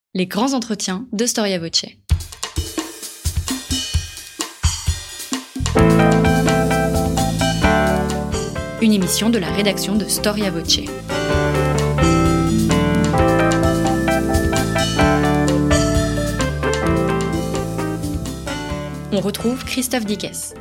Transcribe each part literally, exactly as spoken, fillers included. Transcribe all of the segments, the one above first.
Les grands entretiens de Storia Voce. Une émission de la rédaction de Storia Voce. On retrouve Christophe Dickès.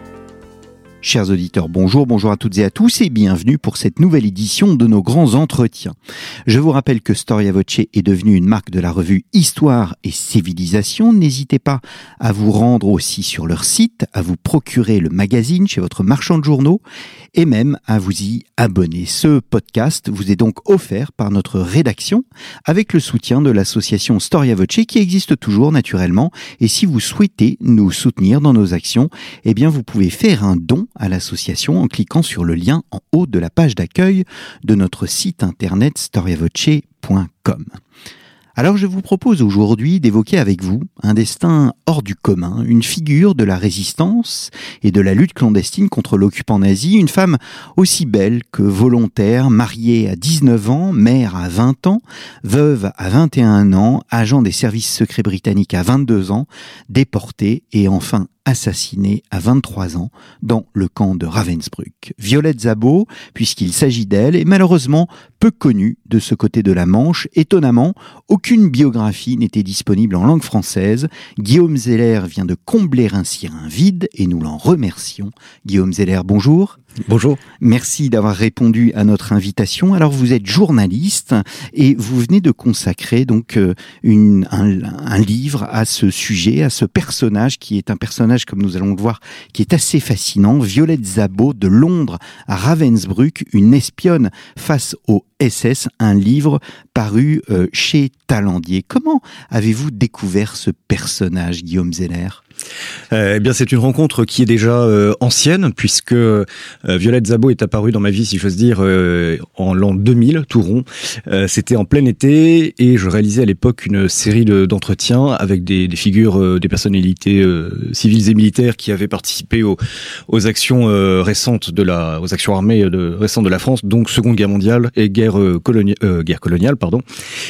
Chers auditeurs, bonjour, bonjour à toutes et à tous et bienvenue pour cette nouvelle édition de nos grands entretiens. Je vous rappelle que Storia Voce est devenue une marque de la revue Histoire et Civilisation. N'hésitez pas à vous rendre aussi sur leur site, à vous procurer le magazine chez votre marchand de journaux et même à vous y abonner. Ce podcast vous est donc offert par notre rédaction avec le soutien de l'association Storia Voce qui existe toujours naturellement. Et si vous souhaitez nous soutenir dans nos actions, eh bien vous pouvez faire un don à l'association en cliquant sur le lien en haut de la page d'accueil de notre site internet storia voce point com. Alors je vous propose aujourd'hui d'évoquer avec vous un destin hors du commun, une figure de la résistance et de la lutte clandestine contre l'occupant nazi, une femme aussi belle que volontaire, mariée à dix-neuf ans, mère à vingt ans, veuve à vingt et un ans, agent des services secrets britanniques à vingt-deux ans, déportée et enfin assassinée à vingt-trois ans dans le camp de Ravensbrück. Violette Szabo, puisqu'il s'agit d'elle, est malheureusement peu connue de ce côté de la Manche. Étonnamment, aucune biographie n'était disponible en langue française. Guillaume Zeller vient de combler ainsi un vide et nous l'en remercions. Guillaume Zeller, bonjour. Bonjour. Merci d'avoir répondu à notre invitation. Alors vous êtes journaliste et vous venez de consacrer donc une, un, un livre à ce sujet, à ce personnage qui est un personnage, comme nous allons le voir, qui est assez fascinant. Violette Szabo, de Londres à Ravensbrück, une espionne face au S S, un livre paru euh, chez Talandier. Comment avez-vous découvert ce personnage, Guillaume Zeller ? Euh, eh bien, c'est une rencontre qui est déjà euh, ancienne, puisque euh, Violette Szabo est apparue dans ma vie, si j'ose dire, euh, en l'an deux mille, tout rond. Euh, c'était en plein été, et je réalisais à l'époque une série de, d'entretiens avec des, des figures, euh, des personnalités euh, civiles et militaires qui avaient participé aux, aux actions euh, récentes de la, aux actions armées de, récentes de la France, donc Seconde Guerre mondiale et guerre euh, coloniale, euh, guerre coloniale, pardon.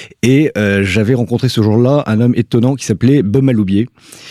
Et euh, j'avais rencontré ce jour-là un homme étonnant qui s'appelait Bob Maloubier,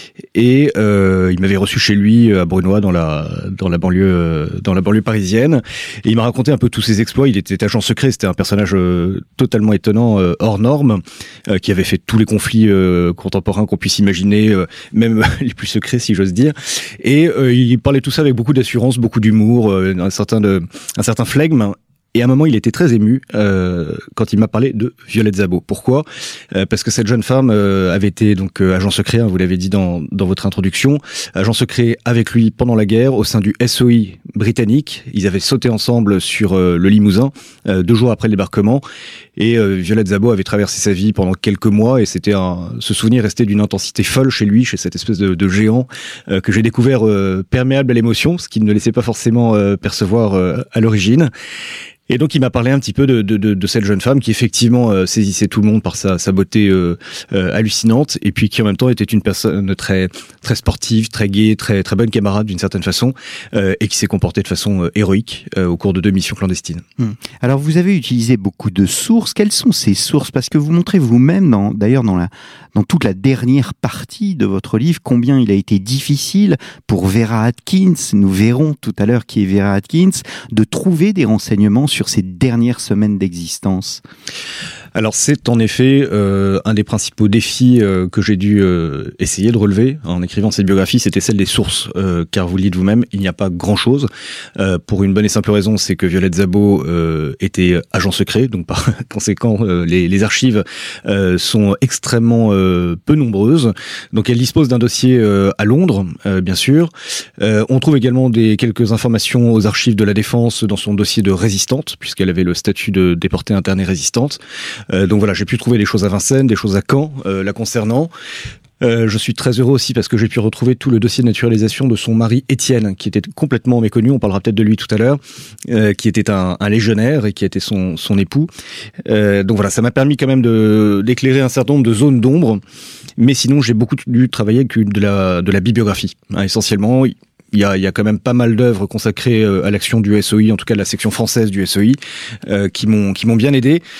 et Euh, il m'avait reçu chez lui à Brunoy dans la dans la banlieue euh, dans la banlieue parisienne et il m'a raconté un peu tous ses exploits. Il était agent secret, c'était un personnage euh, totalement étonnant, euh, hors norme, euh, qui avait fait tous les conflits euh, contemporains qu'on puisse imaginer, euh, même les plus secrets si j'ose dire. Et euh, il parlait tout ça avec beaucoup d'assurance, beaucoup d'humour, euh, un certain de un certain flegme. Et à un moment, il était très ému euh, quand il m'a parlé de Violette Szabo. Pourquoi ? euh, Parce que cette jeune femme euh, avait été donc euh, agent secret, hein, vous l'avez dit dans dans votre introduction, agent secret avec lui pendant la guerre au sein du S O I britannique. Ils avaient sauté ensemble sur euh, le Limousin euh, deux jours après le débarquement. Et euh, Violette Szabo avait traversé sa vie pendant quelques mois et c'était un, ce souvenir restait d'une intensité folle chez lui, chez cette espèce de, de géant euh, que j'ai découvert euh, perméable à l'émotion, ce qu'il ne laissait pas forcément euh, percevoir euh, à l'origine. Et donc il m'a parlé un petit peu de, de, de, de cette jeune femme qui effectivement euh, saisissait tout le monde par sa, sa beauté euh, euh, hallucinante et puis qui en même temps était une personne très très sportive, très gaie, très très bonne camarade d'une certaine façon euh, et qui s'est comportée de façon euh, héroïque euh, au cours de deux missions clandestines. Hum. Alors vous avez utilisé beaucoup de sources. Quelles sont ces sources ? Parce que vous montrez vous-même, dans, d'ailleurs dans la dans toute la dernière partie de votre livre, combien il a été difficile pour Vera Atkins, nous verrons tout à l'heure qui est Vera Atkins, de trouver des renseignements sur sur ces dernières semaines d'existence. Alors c'est en effet euh, un des principaux défis euh, que j'ai dû euh, essayer de relever en écrivant cette biographie, c'était celle des sources, euh, car vous le dites vous-même, il n'y a pas grand-chose. Euh, pour une bonne et simple raison, c'est que Violette Szabo euh, était agent secret, donc par conséquent, euh, les, les archives euh, sont extrêmement euh, peu nombreuses. Donc elle dispose d'un dossier euh, à Londres, euh, bien sûr. Euh, on trouve également des quelques informations aux archives de la Défense dans son dossier de résistante, puisqu'elle avait le statut de déportée interne et résistante. Euh, donc voilà, j'ai pu trouver des choses à Vincennes, des choses à Caen euh, la concernant. Euh, je suis très heureux aussi parce que j'ai pu retrouver tout le dossier de naturalisation de son mari Étienne, qui était complètement méconnu, on parlera peut-être de lui tout à l'heure, euh, qui était un, un légionnaire et qui était son, son époux. Euh, donc voilà, ça m'a permis quand même de, d'éclairer un certain nombre de zones d'ombre, mais sinon j'ai beaucoup dû travailler avec de la, de la bibliographie, hein, essentiellement. Il y a, il y a quand même pas mal d'œuvres consacrées à l'action du S O I, en tout cas de la section française du S O I, euh, qui m'ont, qui m'ont bien aidé.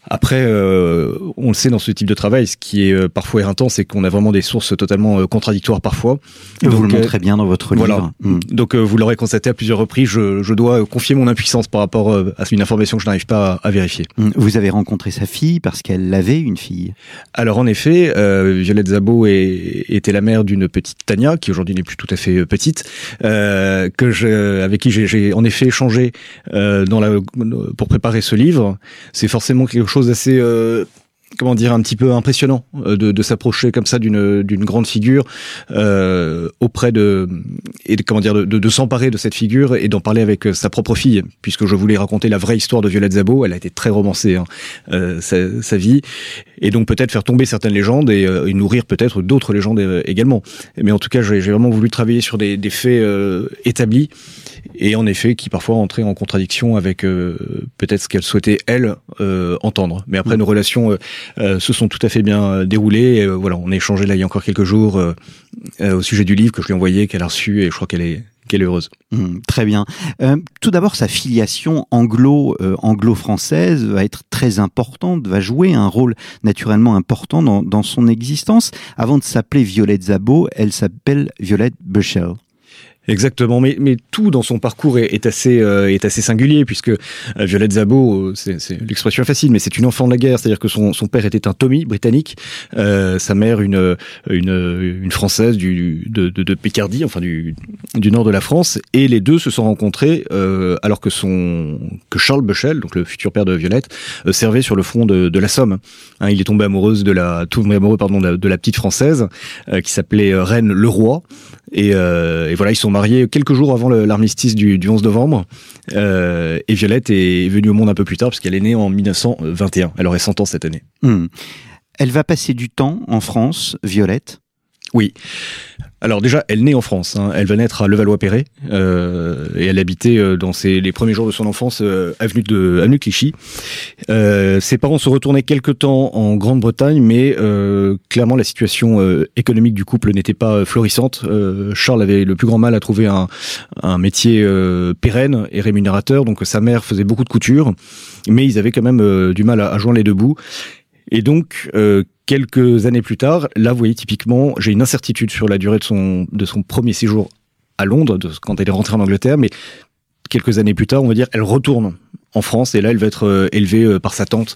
Après, euh, on le sait dans ce type de travail, ce qui est euh, parfois éreintant, c'est qu'on a vraiment des sources totalement euh, contradictoires parfois. Et vous Donc, le montrez euh, bien dans votre livre. Voilà. Mmh. Donc euh, vous l'aurez constaté à plusieurs reprises, je, je dois confier mon impuissance par rapport euh, à une information que je n'arrive pas à, à vérifier. Mmh. Vous avez rencontré sa fille parce qu'elle avait une fille. Alors en effet, euh, Violette Szabo est, était la mère d'une petite Tania, qui aujourd'hui n'est plus tout à fait petite, euh, que je, avec qui j'ai, j'ai en effet échangé euh, dans la, pour préparer ce livre. C'est forcément quelque chose d'assez... Euh, comment dire, un petit peu impressionnant de, de s'approcher comme ça d'une d'une grande figure euh, auprès de et de, comment dire de, de, de s'emparer de cette figure et d'en parler avec sa propre fille, puisque je voulais raconter la vraie histoire de Violette Szabo. Elle a été très romancée, hein, euh, sa, sa vie, et donc peut-être faire tomber certaines légendes et, euh, et nourrir peut-être d'autres légendes euh, également. Mais en tout cas, j'ai, j'ai vraiment voulu travailler sur des, des faits euh, établis et en effet qui parfois entraient en contradiction avec euh, peut-être ce qu'elle souhaitait elle euh, entendre. Mais après, mmh. nos relations euh, Euh, se sont tout à fait bien euh, déroulés. Et, euh, voilà, on a échangé là il y a encore quelques jours euh, euh, au sujet du livre que je lui ai envoyé, qu'elle a reçu, et je crois qu'elle est qu'elle est heureuse. Mmh, très bien. Euh, tout d'abord, sa filiation anglo euh, anglo-française va être très importante, va jouer un rôle naturellement important dans, dans son existence. Avant de s'appeler Violette Szabo, elle s'appelle Violette Bushell. Exactement, mais mais tout dans son parcours est, est assez euh, est assez singulier, puisque euh, Violette Szabo, c'est, c'est l'expression est facile, mais c'est une enfant de la guerre, c'est-à-dire que son son père était un Tommy britannique, euh, sa mère une une une française du de de, de Picardie, enfin du du nord de la France, et les deux se sont rencontrés euh, alors que son que Charles Bushell, donc le futur père de Violette, euh, servait sur le front de de la Somme. Hein, il est tombé amoureuse de la tombé amoureux pardon de la, de la petite française euh, qui s'appelait euh, Reine Leroy. Et, euh, et voilà, ils sont mariés quelques jours avant le, l'armistice du, du onze novembre. Euh, et Violette est venue au monde un peu plus tard, puisqu'elle est née en mille neuf cent vingt et un. Elle aurait cent ans cette année. Mmh. Elle va passer du temps en France, Violette ? Oui. Alors déjà, elle naît en France. Hein. Elle va naître à Levallois-Perret euh, et elle habitait euh, dans ses, les premiers jours de son enfance euh, avenue de avenue Clichy. Euh, ses parents se retournaient quelque temps en Grande-Bretagne, mais euh, clairement la situation euh, économique du couple n'était pas florissante. Euh, Charles avait le plus grand mal à trouver un, un métier euh, pérenne et rémunérateur, donc sa mère faisait beaucoup de couture, mais ils avaient quand même euh, du mal à, à joindre les deux bouts. Et donc, euh, quelques années plus tard, là, vous voyez, typiquement, j'ai une incertitude sur la durée de son, de son premier séjour à Londres, de, quand elle est rentrée en Angleterre, mais quelques années plus tard, on va dire, elle retourne en France, et là, elle va être euh, élevée euh, par sa tante,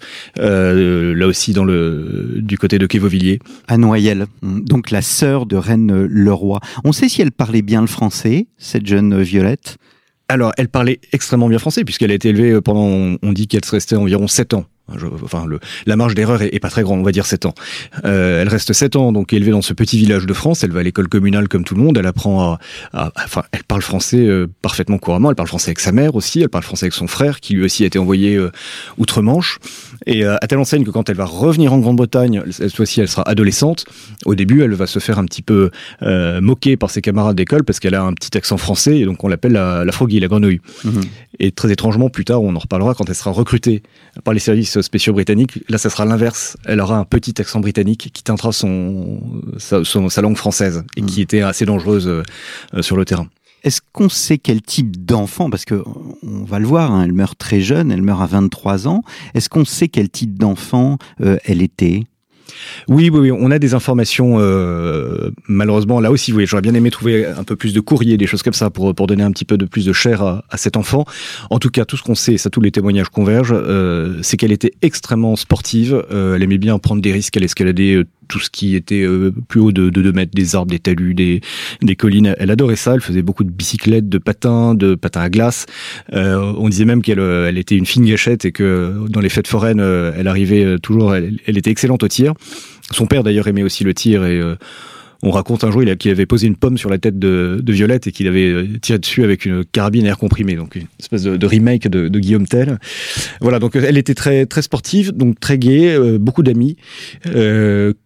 euh, là aussi, dans le, du côté de Quai-Vauvilliers. À Noyelles, donc la sœur de Reine Leroy. On sait si elle parlait bien le français, cette jeune Violette ? Alors, elle parlait extrêmement bien français, puisqu'elle a été élevée pendant, on dit qu'elle restait environ sept ans. Je, enfin, le, la marge d'erreur est, est pas très grande, on va dire sept ans. Euh, elle reste sept ans, donc élevée dans ce petit village de France. Elle va à l'école communale comme tout le monde. Elle apprend à, à, à enfin, elle parle français euh, parfaitement couramment. Elle parle français avec sa mère aussi. Elle parle français avec son frère, qui lui aussi a été envoyé euh, outre-Manche. Et euh, à telle enseigne que quand elle va revenir en Grande-Bretagne, cette fois-ci, elle sera adolescente. Au début, elle va se faire un petit peu euh, moquer par ses camarades d'école parce qu'elle a un petit accent français, et donc on l'appelle la, la froggy, la grenouille. Mmh. Et très étrangement, plus tard, on en reparlera, quand elle sera recrutée par les services spéciaux britanniques, là ça sera l'inverse. Elle aura un petit accent britannique qui teintera son sa, son, sa langue française, et mmh. qui était assez dangereuse euh, sur le terrain. Est-ce qu'on sait quel type d'enfant, parce que on va le voir, hein, elle meurt très jeune, elle meurt à vingt-trois ans. Est-ce qu'on sait quel type d'enfant euh, elle était ? Oui, oui, oui, on a des informations. Euh, malheureusement, là aussi, oui, j'aurais bien aimé trouver un peu plus de courrier, des choses comme ça, pour pour donner un petit peu de plus de chair à, à cet enfant. En tout cas, tout ce qu'on sait, ça, tous les témoignages convergent, euh, c'est qu'elle était extrêmement sportive. Euh, elle aimait bien prendre des risques, elle escaladait euh, tout ce qui était euh, plus haut de, de deux mètres, des arbres, des talus, des des collines. Elle adorait ça. Elle faisait beaucoup de bicyclettes, de patins, de patins à glace. Euh, on disait même qu'elle elle était une fine gâchette, et que dans les fêtes foraines, euh, elle arrivait toujours. Elle, elle était excellente au tir. Son père d'ailleurs aimait aussi le tir, et euh, on raconte un jour il a, qu'il avait posé une pomme sur la tête de, de Violette et qu'il avait tiré dessus avec une carabine à air comprimé, donc une espèce de, de remake de, de Guillaume Tell. Voilà, donc elle était très très sportive, donc très gaie, euh, beaucoup d'amis, euh,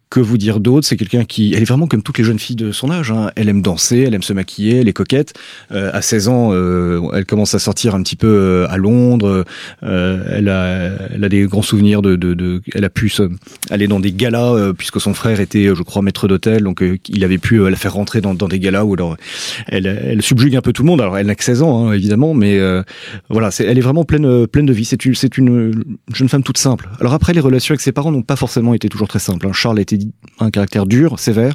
Que vous dire d'autre? C'est quelqu'un qui, elle est vraiment comme toutes les jeunes filles de son âge. Hein. Elle aime danser, elle aime se maquiller, elle est coquette. Euh, à seize ans, euh, elle commence à sortir un petit peu euh, à Londres. Euh, elle a, elle a des grands souvenirs de, de, de elle a pu se, aller dans des galas euh, puisque son frère était, je crois, maître d'hôtel, donc euh, il avait pu euh, la faire rentrer dans, dans des galas où alors elle, elle subjugue un peu tout le monde. Alors elle n'a que seize ans, hein, évidemment, mais euh, voilà, c'est, elle est vraiment pleine, pleine de vie. C'est une, c'est une jeune femme toute simple. Alors après, les relations avec ses parents n'ont pas forcément été toujours très simples. Hein. Charles était un caractère dur, sévère.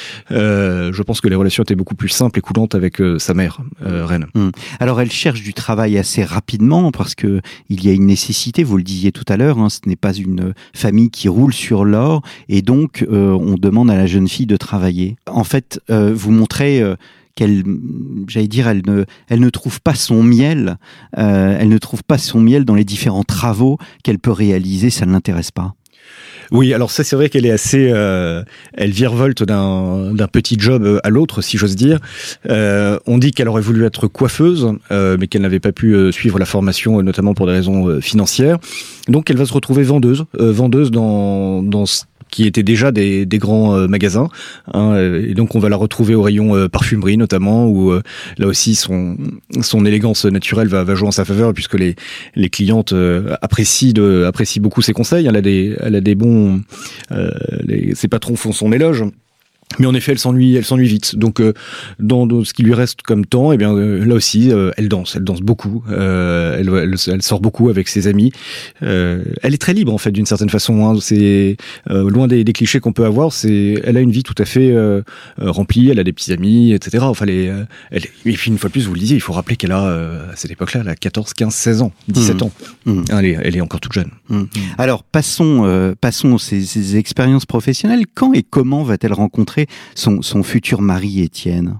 Euh, je pense que les relations étaient beaucoup plus simples et coulantes avec euh, sa mère, euh, Reine. Hum. Alors elle cherche du travail assez rapidement parce que il y a une nécessité, vous le disiez tout à l'heure, hein, ce n'est pas une famille qui roule sur l'or et donc euh, on demande à la jeune fille de travailler. En fait, euh, vous montrez euh, qu'elle, j'allais dire, elle ne, elle ne trouve pas son miel, euh, elle ne trouve pas son miel dans les différents travaux qu'elle peut réaliser, ça ne l'intéresse pas. Oui, alors ça c'est vrai qu'elle est assez, euh, elle virevolte d'un d'un petit job à l'autre, si j'ose dire. Euh, on dit qu'elle aurait voulu être coiffeuse, euh, mais qu'elle n'avait pas pu euh, suivre la formation, notamment pour des raisons euh, financières. Donc elle va se retrouver vendeuse, euh, vendeuse dans dans qui étaient déjà des, des grands euh, magasins, hein, et donc on va la retrouver au rayon euh, parfumerie notamment, où euh, là aussi son son élégance naturelle va, va jouer en sa faveur, puisque les les clientes euh, apprécient de apprécient beaucoup ses conseils. Elle a des elle a des bons, euh, les, ses patrons font son éloge. Mais en effet, elle s'ennuie, elle s'ennuie vite. Donc, euh, dans, dans ce qui lui reste comme temps, eh bien, euh, là aussi, euh, elle danse, elle danse beaucoup. Euh, elle, elle, elle sort beaucoup avec ses amis. Euh, elle est très libre en fait, d'une certaine façon. Hein. C'est euh, loin des, des clichés qu'on peut avoir. C'est, elle a une vie tout à fait euh, remplie. Elle a des petits amis, et cetera. Enfin, les, elle, et puis une fois de plus, vous le disiez, il faut rappeler qu'elle a euh, à cette époque-là, elle a quatorze, quinze, seize ans, dix-sept mmh. ans. Mmh. Elle est, elle est encore toute jeune. Mmh. Alors, passons, euh, passons ces, ces expériences professionnelles. Quand et comment va-t-elle rencontrer Son, son futur mari Étienne?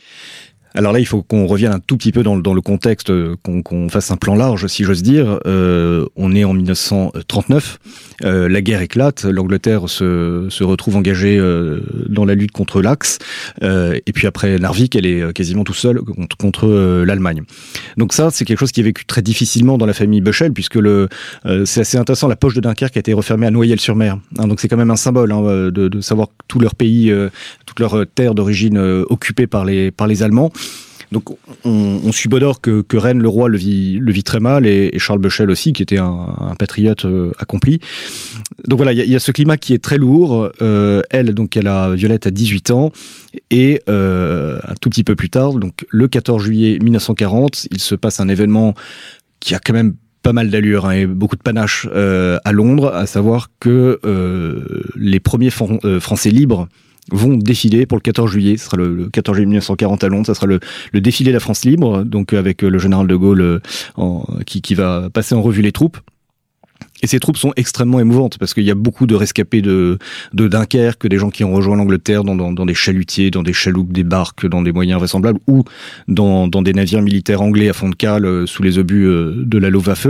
Alors là, il faut qu'on revienne un tout petit peu dans le, dans le contexte, qu'on, qu'on fasse un plan large, si j'ose dire. Euh, on est en dix-neuf cent trente-neuf, euh, la guerre éclate, l'Angleterre se, se retrouve engagée euh, dans la lutte contre l'Axe, euh, et puis après Narvik, elle est quasiment tout seule contre, contre euh, l'Allemagne. Donc ça, c'est quelque chose qui est vécu très difficilement dans la famille Buchel, puisque le, euh, c'est assez intéressant, la poche de Dunkerque a été refermée à Noyelles-sur-Mer. Hein, donc c'est quand même un symbole hein, de, de savoir que tout leur pays, euh, toute leur terre d'origine euh, occupée par les, par les Allemands. Donc on, on subodore que, que Rennes le roi le vit, le vit très mal, et, et Charles Buchel aussi, qui était un, un patriote euh, accompli. Donc voilà, il y, y a ce climat qui est très lourd. Euh, elle, donc, elle a Violette à dix-huit ans, et euh, un tout petit peu plus tard, donc le quatorze juillet mille neuf cent quarante, il se passe un événement qui a quand même pas mal d'allure hein, et beaucoup de panache euh, à Londres, à savoir que euh, les premiers fran- euh, Français libres vont défiler pour le quatorze juillet. Ce sera le, le quatorze juillet mille neuf cent quarante à Londres. Ça sera le, le défilé de la France libre, donc avec le général de Gaulle euh, en, qui, qui va passer en revue les troupes. Et ces troupes sont extrêmement émouvantes parce qu'il y a beaucoup de rescapés de, de Dunkerque, des gens qui ont rejoint l'Angleterre dans, dans, dans des chalutiers, dans des chaloupes, des barques, dans des moyens vraisemblables, ou dans, dans des navires militaires anglais à fond de cale sous les obus de la Luftwaffe.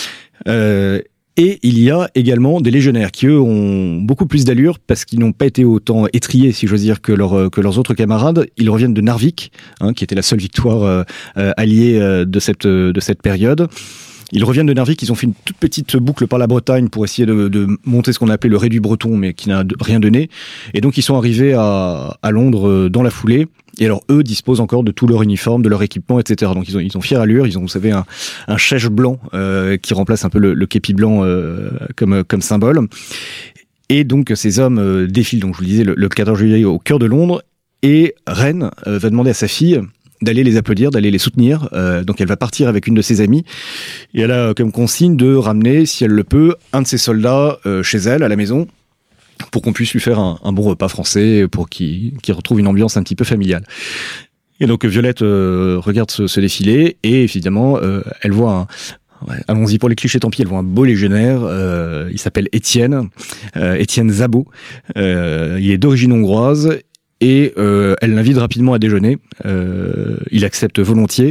Euh, Et il y a également des légionnaires qui, eux, ont beaucoup plus d'allure parce qu'ils n'ont pas été autant étriés, si j'ose dire, que, leur, que leurs autres camarades. Ils reviennent de Narvik, hein, qui était la seule victoire euh, alliée euh, de cette, de cette période. Ils reviennent de Narvik, ils ont fait une toute petite boucle par la Bretagne pour essayer de, de monter ce qu'on appelait le Réduit breton, mais qui n'a rien donné. Et donc ils sont arrivés à, à Londres dans la foulée. Et alors eux disposent encore de tout leur uniforme, de leur équipement, et cetera. Donc ils ont ils ont fière allure, ils ont vous savez un un chèche blanc euh, qui remplace un peu le, le képi blanc euh, comme comme symbole. Et donc ces hommes euh, défilent, donc je vous le disais, le, le quatorze juillet au cœur de Londres. Et Reine euh, va demander à sa fille d'aller les applaudir, d'aller les soutenir. Euh, donc elle va partir avec une de ses amies et elle a comme consigne de ramener, si elle le peut, un de ses soldats euh, chez elle, à la maison, pour qu'on puisse lui faire un, un bon repas français, pour qu'il, qu'il retrouve une ambiance un petit peu familiale. Et donc Violette euh, regarde ce, ce défilé et évidemment euh, elle voit un... Ouais, allons-y pour les clichés, tant pis, elle voit un beau légionnaire, euh, il s'appelle Étienne, euh, Étienne Zabot, euh, il est d'origine hongroise. Et euh, elle l'invite rapidement à déjeuner. Euh, il accepte volontiers.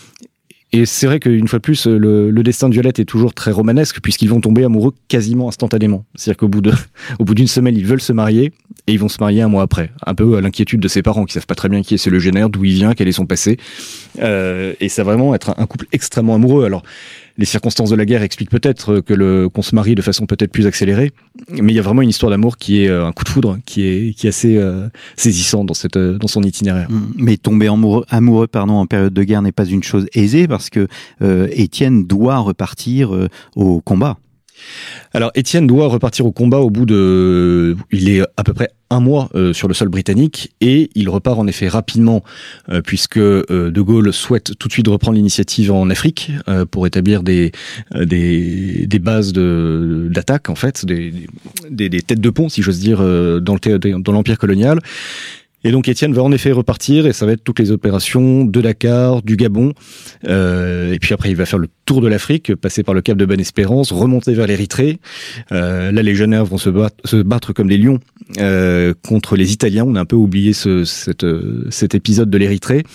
Et c'est vrai qu'une fois de plus, le, le destin de Violette est toujours très romanesque, puisqu'ils vont tomber amoureux quasiment instantanément. C'est-à-dire qu'au bout de, au bout d'une semaine, ils veulent se marier, et ils vont se marier un mois après. Un peu à l'inquiétude de ses parents, qui savent pas très bien qui est ce légionnaire, d'où il vient, quel est son passé. Euh, et ça va vraiment être un couple extrêmement amoureux. Alors, les circonstances de la guerre expliquent peut-être que le qu'on se marie de façon peut-être plus accélérée, mais il y a vraiment une histoire d'amour qui est un coup de foudre, qui est qui est assez euh, saisissant dans cette dans son itinéraire. Mais tomber amoureux, amoureux pardon en période de guerre n'est pas une chose aisée parce que euh, Étienne doit repartir euh, au combat. Alors Étienne doit repartir au combat au bout de, il est à peu près un mois euh, sur le sol britannique et il repart en effet rapidement euh, puisque euh, De Gaulle souhaite tout de suite reprendre l'initiative en Afrique euh, pour établir des euh, des des bases de d'attaque en fait, des des, des têtes de pont si j'ose dire euh, dans le dans l'empire colonial. Et donc Étienne va en effet repartir et ça va être toutes les opérations de Dakar, du Gabon, euh, et puis après il va faire le tour de l'Afrique, passer par le cap de Bonne-Espérance, remonter vers l'Érythrée. Euh, là les légionnaires vont se battre, se battre comme des lions euh, contre les Italiens. On a un peu oublié ce, cette, cet épisode de l'Érythrée.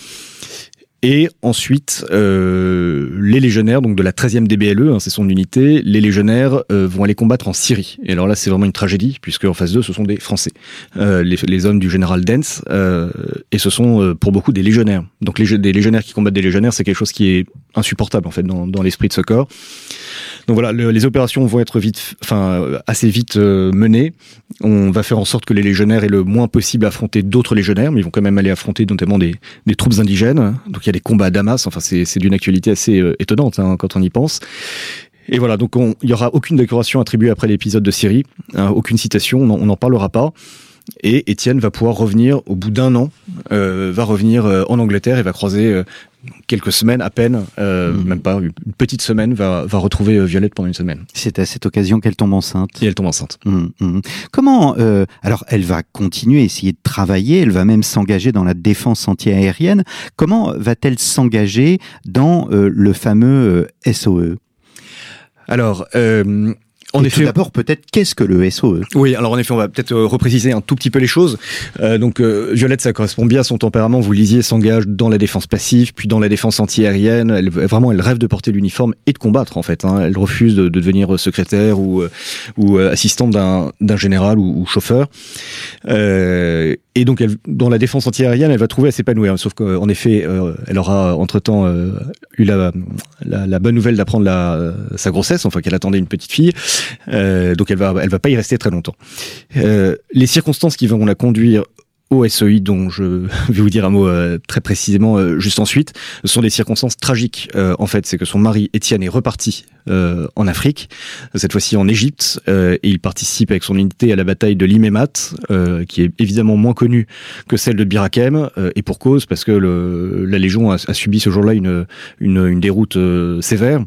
Et ensuite, euh, les légionnaires, donc de la treizième D B L E, hein, c'est son unité, les légionnaires euh, vont aller combattre en Syrie. Et alors là, c'est vraiment une tragédie, puisque en face d'eux, ce sont des Français, euh, les, les hommes du général Dens, euh, et ce sont euh, pour beaucoup des légionnaires. Donc les, des légionnaires qui combattent des légionnaires, c'est quelque chose qui est insupportable en fait dans, dans l'esprit de ce corps. Donc voilà, le, les opérations vont être vite, enfin assez vite euh, menées. On va faire en sorte que les légionnaires aient le moins possible à affronter d'autres légionnaires, mais ils vont quand même aller affronter notamment des, des troupes indigènes. Donc il y a des combats à Damas. Enfin c'est, c'est d'une actualité assez euh, étonnante hein, quand on y pense. Et voilà, donc on, il y aura aucune décoration attribuée après l'épisode de Syrie, hein, aucune citation, on n'en parlera pas. Et Étienne va pouvoir revenir au bout d'un an, euh, va revenir euh, en Angleterre et va croiser euh, quelques semaines à peine, euh, mmh. même pas une petite semaine, va, va retrouver euh, Violette pendant une semaine. C'est à cette occasion qu'elle tombe enceinte. Et elle tombe enceinte. Mmh, mmh. Comment euh, alors elle va continuer à essayer de travailler, elle va même s'engager dans la défense antiaérienne. Comment va-t-elle s'engager dans euh, le fameux euh, S O E? Alors. Euh, En Et effet, tout d'abord, peut-être, qu'est-ce que le S O E? Oui, alors en effet, on va peut-être euh, repréciser un tout petit peu les choses. Euh, donc, euh, Violette, ça correspond bien à son tempérament. Vous lisiez, s'engage dans la défense passive, puis dans la défense antiaérienne. Elle, vraiment, elle rêve de porter l'uniforme et de combattre, en fait. Hein. Elle refuse de, de devenir secrétaire ou, euh, ou euh, assistante d'un, d'un général ou, ou chauffeur. Euh, et donc, elle, dans la défense antiaérienne, elle va trouver à s'épanouir. Sauf qu'en effet, euh, elle aura entre-temps euh, eu la, la, la bonne nouvelle d'apprendre la, sa grossesse, enfin qu'elle attendait une petite fille. Euh, donc elle va, elle va pas y rester très longtemps. Euh, les circonstances qui vont la conduire au S O I, dont je vais vous dire un mot euh, très précisément euh, juste ensuite, ce sont des circonstances tragiques. Euh, en fait, c'est que son mari Étienne est reparti euh, en Afrique, cette fois-ci en Égypte, euh, et il participe avec son unité à la bataille de l'Imémat, euh, qui est évidemment moins connue que celle de Bir Hakeim, euh, et pour cause, parce que le, la Légion a, a subi ce jour-là une, une, une déroute euh, sévère.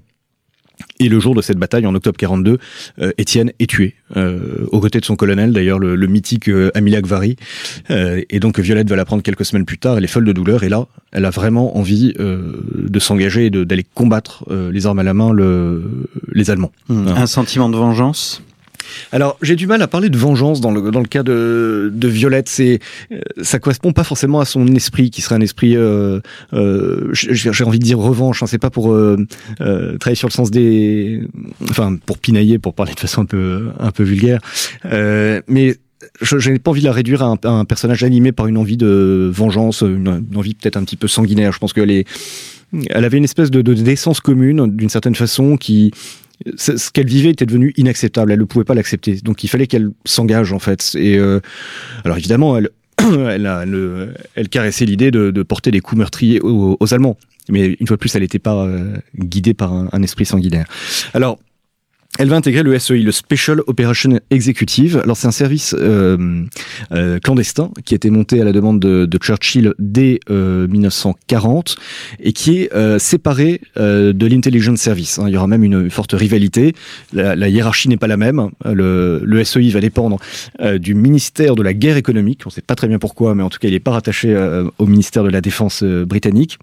Et le jour de cette bataille, en octobre quarante-deux, euh, Étienne est tué, euh, aux côtés de son colonel, d'ailleurs le, le mythique euh, Amilcar Vary. Euh, et donc Violette va l'apprendre quelques semaines plus tard, elle est folle de douleur, et là, elle a vraiment envie euh, de s'engager et de, d'aller combattre, euh, les armes à la main, le, les Allemands. Mmh. Un sentiment de vengeance ? Alors, j'ai du mal à parler de vengeance dans le dans le cas de de Violette. C'est ça correspond pas forcément à son esprit, qui serait un esprit, euh, euh, j'ai envie de dire revanche. Hein, c'est pas pour euh, euh, travailler sur le sens des, enfin pour pinailler, pour parler de façon un peu un peu vulgaire. Euh, mais je, je n'ai pas envie de la réduire à un, à un personnage animé par une envie de vengeance, une, une envie peut-être un petit peu sanguinaire. Je pense qu'elle est, elle avait une espèce de, de d'essence commune, d'une certaine façon, qui ce qu'elle vivait était devenu inacceptable. Elle ne pouvait pas l'accepter. Donc il fallait qu'elle s'engage en fait. Et euh, alors évidemment, elle, elle, a, elle, elle caressait l'idée de, de porter des coups meurtriers aux, aux Allemands. Mais une fois de plus, elle n'était pas euh, guidée par un, un esprit sanguinaire. Alors, elle va intégrer le S E I, le Special Operation Executive. Alors c'est un service euh, euh, clandestin qui a été monté à la demande de, de Churchill dès euh, dix-neuf cent quarante et qui est euh, séparé euh, de l'Intelligence Service. Hein. Il y aura même une forte rivalité. La, la hiérarchie n'est pas la même. Le, le S E I va dépendre euh, du ministère de la guerre économique. On ne sait pas très bien pourquoi, mais en tout cas il n'est pas rattaché euh, au ministère de la Défense euh, britannique.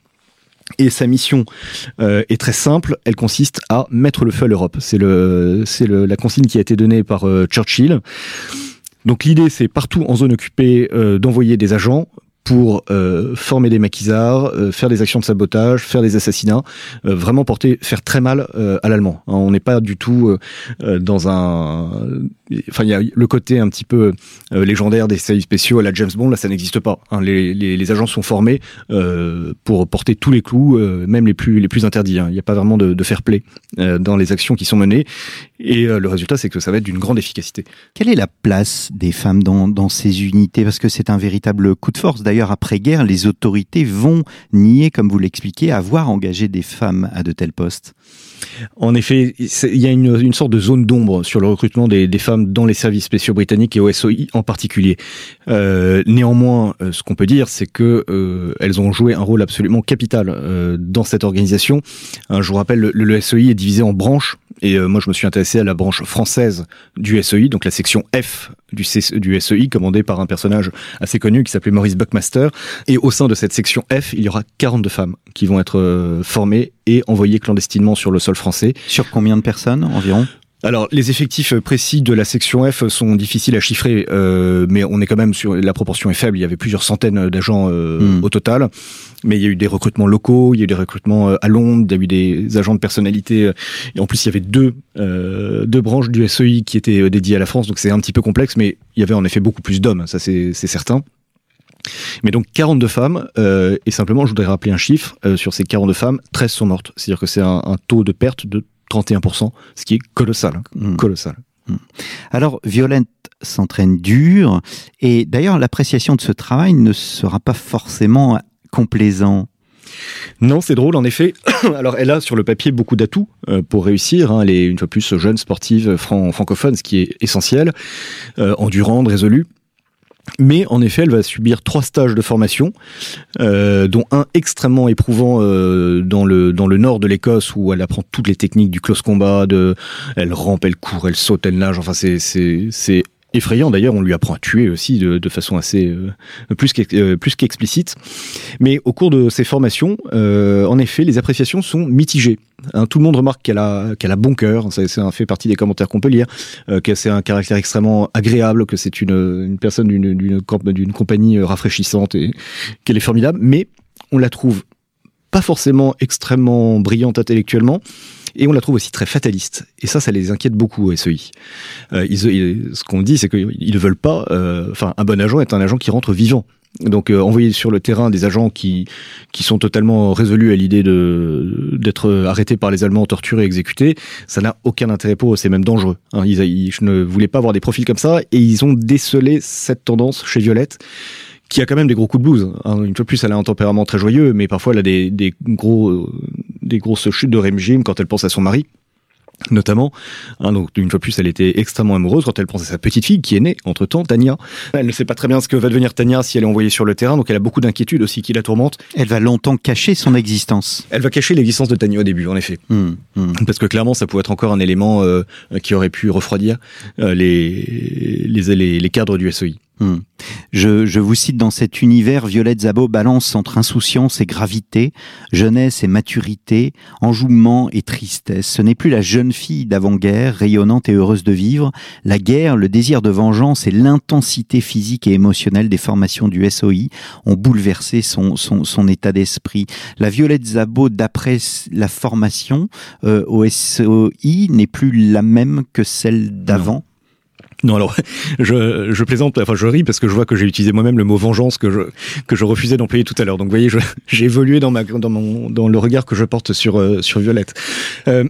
Et sa mission euh, est très simple, elle consiste à mettre le feu à l'Europe. C'est le, c'est le, la consigne qui a été donnée par euh, Churchill. Donc l'idée, c'est partout en zone occupée euh, d'envoyer des agents pour euh, former des maquisards, euh, faire des actions de sabotage, faire des assassinats, euh, vraiment porter, faire très mal euh, à l'allemand. Hein, on n'est pas du tout euh, dans un... Enfin, il y a le côté un petit peu euh, légendaire des services spéciaux à la James Bond, là ça n'existe pas. Hein, les, les, les agents sont formés euh, pour porter tous les clous, euh, même les plus, les plus interdits. Hein. Il n'y a pas vraiment de, de fair play euh, dans les actions qui sont menées. Et euh, le résultat, c'est que ça va être d'une grande efficacité. Quelle est la place des femmes dans, dans ces unités ? Parce que c'est un véritable coup de force. D'ailleurs, après-guerre, les autorités vont nier, comme vous l'expliquez, avoir engagé des femmes à de tels postes. En effet, il y a une, une sorte de zone d'ombre sur le recrutement des, des femmes dans les services spéciaux britanniques et au S O I en particulier. Euh, néanmoins, euh, ce qu'on peut dire, c'est que euh, elles ont joué un rôle absolument capital euh, dans cette organisation. Hein, je vous rappelle, le, le S O I est divisé en branches. Et euh, moi, je me suis intéressé à la branche française du S E I, donc la section F du, C- du S E I, commandée par un personnage assez connu qui s'appelait Maurice Buckmaster. Et au sein de cette section F, il y aura quarante-deux femmes qui vont être euh, formées et envoyées clandestinement sur le sol français. Sur combien de personnes environ ? Alors, les effectifs précis de la section F sont difficiles à chiffrer, euh, mais on est quand même sur... La proportion est faible, il y avait plusieurs centaines d'agents euh, mmh. au total. Mais il y a eu des recrutements locaux, il y a eu des recrutements à Londres, il y a eu des agents de personnalité. Et en plus, il y avait deux, euh, deux branches du S E I qui étaient dédiées à la France, donc c'est un petit peu complexe, mais il y avait en effet beaucoup plus d'hommes, ça c'est, c'est certain. Mais donc quarante-deux femmes, euh, et simplement je voudrais rappeler un chiffre, euh, sur ces quarante-deux femmes, treize sont mortes. C'est-à-dire que c'est un, un taux de perte de trente et un pour cent, ce qui est colossal. Hein, mmh. Colossal. Mmh. Alors, Violette s'entraîne dur, et d'ailleurs l'appréciation de ce travail ne sera pas forcément complaisant. Non, c'est drôle en effet. Alors elle a sur le papier beaucoup d'atouts euh, pour réussir. Hein. Elle est une fois plus jeune, sportive, fran- francophone, ce qui est essentiel, euh, endurante, résolue. Mais en effet, elle va subir trois stages de formation, euh, dont un extrêmement éprouvant euh, dans le dans le nord de l'Écosse, où elle apprend toutes les techniques du close combat. De, elle rampe, elle court, elle saute, elle nage. Enfin, c'est c'est c'est effrayant. D'ailleurs, on lui apprend à tuer aussi de, de façon assez euh, plus qu'ex, euh, plus qu'explicite. Mais au cours de ces formations, euh, en effet, les appréciations sont mitigées. Hein, tout le monde remarque qu'elle a qu'elle a bon cœur, ça, c'est un fait partie des commentaires qu'on peut lire, euh, que c'est un caractère extrêmement agréable, que c'est une une personne d'une d'une d'une compagnie rafraîchissante et qu'elle est formidable. Mais on la trouve pas forcément extrêmement brillante intellectuellement. Et on la trouve aussi très fataliste. Et ça, ça les inquiète beaucoup au S E I. Euh, ils, ils, ce qu'on dit, c'est qu'ils ne veulent pas... Euh, enfin, un bon agent est un agent qui rentre vivant. Donc, euh, envoyer sur le terrain des agents qui qui sont totalement résolus à l'idée de d'être arrêtés par les Allemands, torturés, exécutés, ça n'a aucun intérêt pour eux. C'est même dangereux. Hein, ils, ils je ne voulaient pas avoir des profils comme ça. Et ils ont décelé cette tendance chez Violette, qui a quand même des gros coups de blues. Hein. Une fois de plus, elle a un tempérament très joyeux, mais parfois elle a des, des gros, euh, des grosses chutes de régime quand elle pense à son mari, notamment. Hein, donc une fois de plus, elle était extrêmement amoureuse quand elle pense à sa petite fille qui est née entre-temps, Tania. Elle ne sait pas très bien ce que va devenir Tania si elle est envoyée sur le terrain, donc elle a beaucoup d'inquiétudes aussi qui la tourmentent. Elle va longtemps cacher son existence. Elle va cacher l'existence de Tania au début, en effet. Mmh, mmh. Parce que clairement, ça pouvait être encore un élément euh, qui aurait pu refroidir euh, les, les, les, les cadres du S E I. Hum. Je, je vous cite, dans cet univers, Violette Szabo balance entre insouciance et gravité, jeunesse et maturité, enjouement et tristesse. Ce n'est plus la jeune fille d'avant-guerre, rayonnante et heureuse de vivre. La guerre, le désir de vengeance et l'intensité physique et émotionnelle des formations du S O I ont bouleversé son, son, son état d'esprit. La Violette Szabo, d'après la formation euh, au S O I, n'est plus la même que celle d'avant. Non. Non, alors je, je plaisante, enfin je ris parce que je vois que j'ai utilisé moi-même le mot vengeance que je que je refusais d'employer tout à l'heure. Donc vous voyez, je, j'ai évolué dans ma dans mon dans le regard que je porte sur euh, sur Violette. Euh,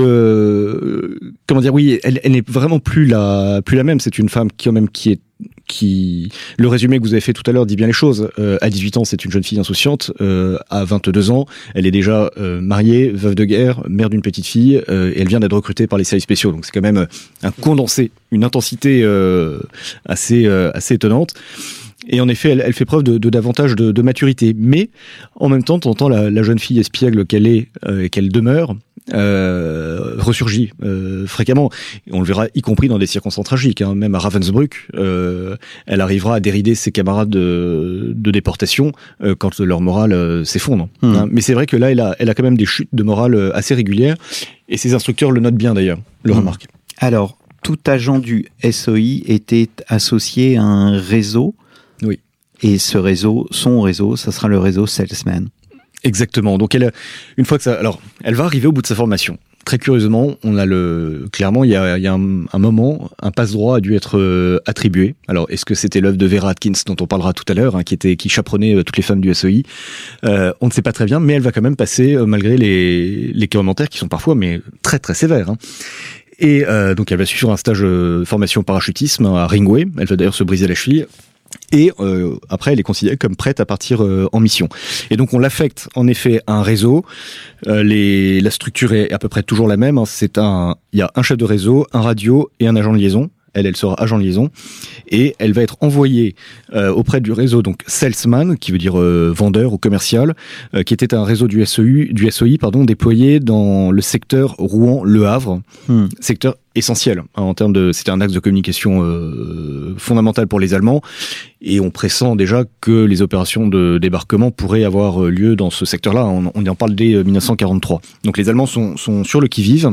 le comment dire, oui, elle elle n'est vraiment plus la plus la même. C'est une femme qui quand même qui est qui le résumé que vous avez fait tout à l'heure dit bien les choses. Euh, à dix-huit ans, c'est une jeune fille insouciante. Euh, à vingt-deux ans, elle est déjà euh, mariée, veuve de guerre, mère d'une petite fille, euh, et elle vient d'être recrutée par les services spéciaux. Donc c'est quand même un condensé, une intensité euh, assez euh, assez étonnante. Et en effet, elle, elle fait preuve de, de davantage de, de maturité. Mais en même temps, t'entends la, la jeune fille espiègle qu'elle est euh, et qu'elle demeure euh, ressurgit euh, fréquemment. On le verra, y compris dans des circonstances tragiques. Hein. Même à Ravensbrück, euh, elle arrivera à dérider ses camarades de, de déportation euh, quand leur morale euh, s'effondre. Mmh. Hein. Mais c'est vrai que là, elle a, elle a quand même des chutes de morale assez régulières. Et ses instructeurs le notent bien d'ailleurs, le mmh. remarquent. Alors, tout agent du S O I était associé à un réseau. Oui. Et ce réseau, son réseau, ça sera le réseau Salesman. Exactement. Donc elle, une fois que ça, alors, elle va arriver au bout de sa formation. Très curieusement, on a le, clairement, il y a, il y a un, un moment, un passe-droit a dû être euh, attribué. Alors, est-ce que c'était l'œuvre de Vera Atkins, dont on parlera tout à l'heure, hein, qui était, qui chaperonnait euh, toutes les femmes du S E I? euh, On ne sait pas très bien, mais elle va quand même passer, euh, malgré les, les commentaires qui sont parfois, mais très très sévères. Hein. Et euh, donc, elle va suivre un stage de formation parachutisme à Ringway. Elle va d'ailleurs se briser la cheville. Et euh, après, elle est considérée comme prête à partir euh, en mission. Et donc, on l'affecte en effet à un réseau. Euh, les, la structure est à peu près toujours la même. Hein. C'est un, il y a un chef de réseau, un radio et un agent de liaison. Elle, elle sera agent de liaison et elle va être envoyée euh, auprès du réseau donc salesman, qui veut dire euh, vendeur ou commercial, euh, qui était un réseau du S E U, du S E I pardon, déployé dans le secteur Rouen-Le Havre, hmm. secteur essentiel hein, en termes de, c'était un axe de communication euh, fondamental pour les Allemands et on pressent déjà que les opérations de débarquement pourraient avoir lieu dans ce secteur-là. On, on en parle dès dix-neuf cent quarante-trois. Donc les Allemands sont, sont sur le qui-vive.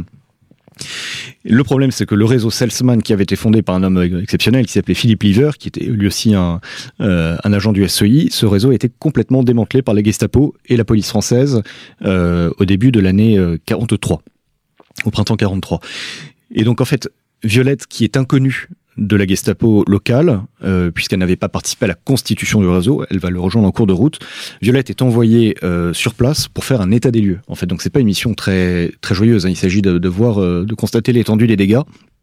Le problème, c'est que le réseau Salesman, qui avait été fondé par un homme exceptionnel qui s'appelait Philippe Liever, qui était lui aussi un, euh, un agent du S E I, ce réseau a été complètement démantelé par la Gestapo et la police française euh, au début de l'année quarante-trois, au printemps quarante-trois. Et donc en fait, Violette, qui est inconnue de la Gestapo locale, euh, puisqu'elle n'avait pas participé à la constitution du réseau, elle va le rejoindre en cours de route. Violette est envoyée euh, sur place pour faire un état des lieux. En fait, donc c'est pas une mission très très joyeuse. Hein. Il s'agit de, de voir, euh, de constater l'étendue des dégâts.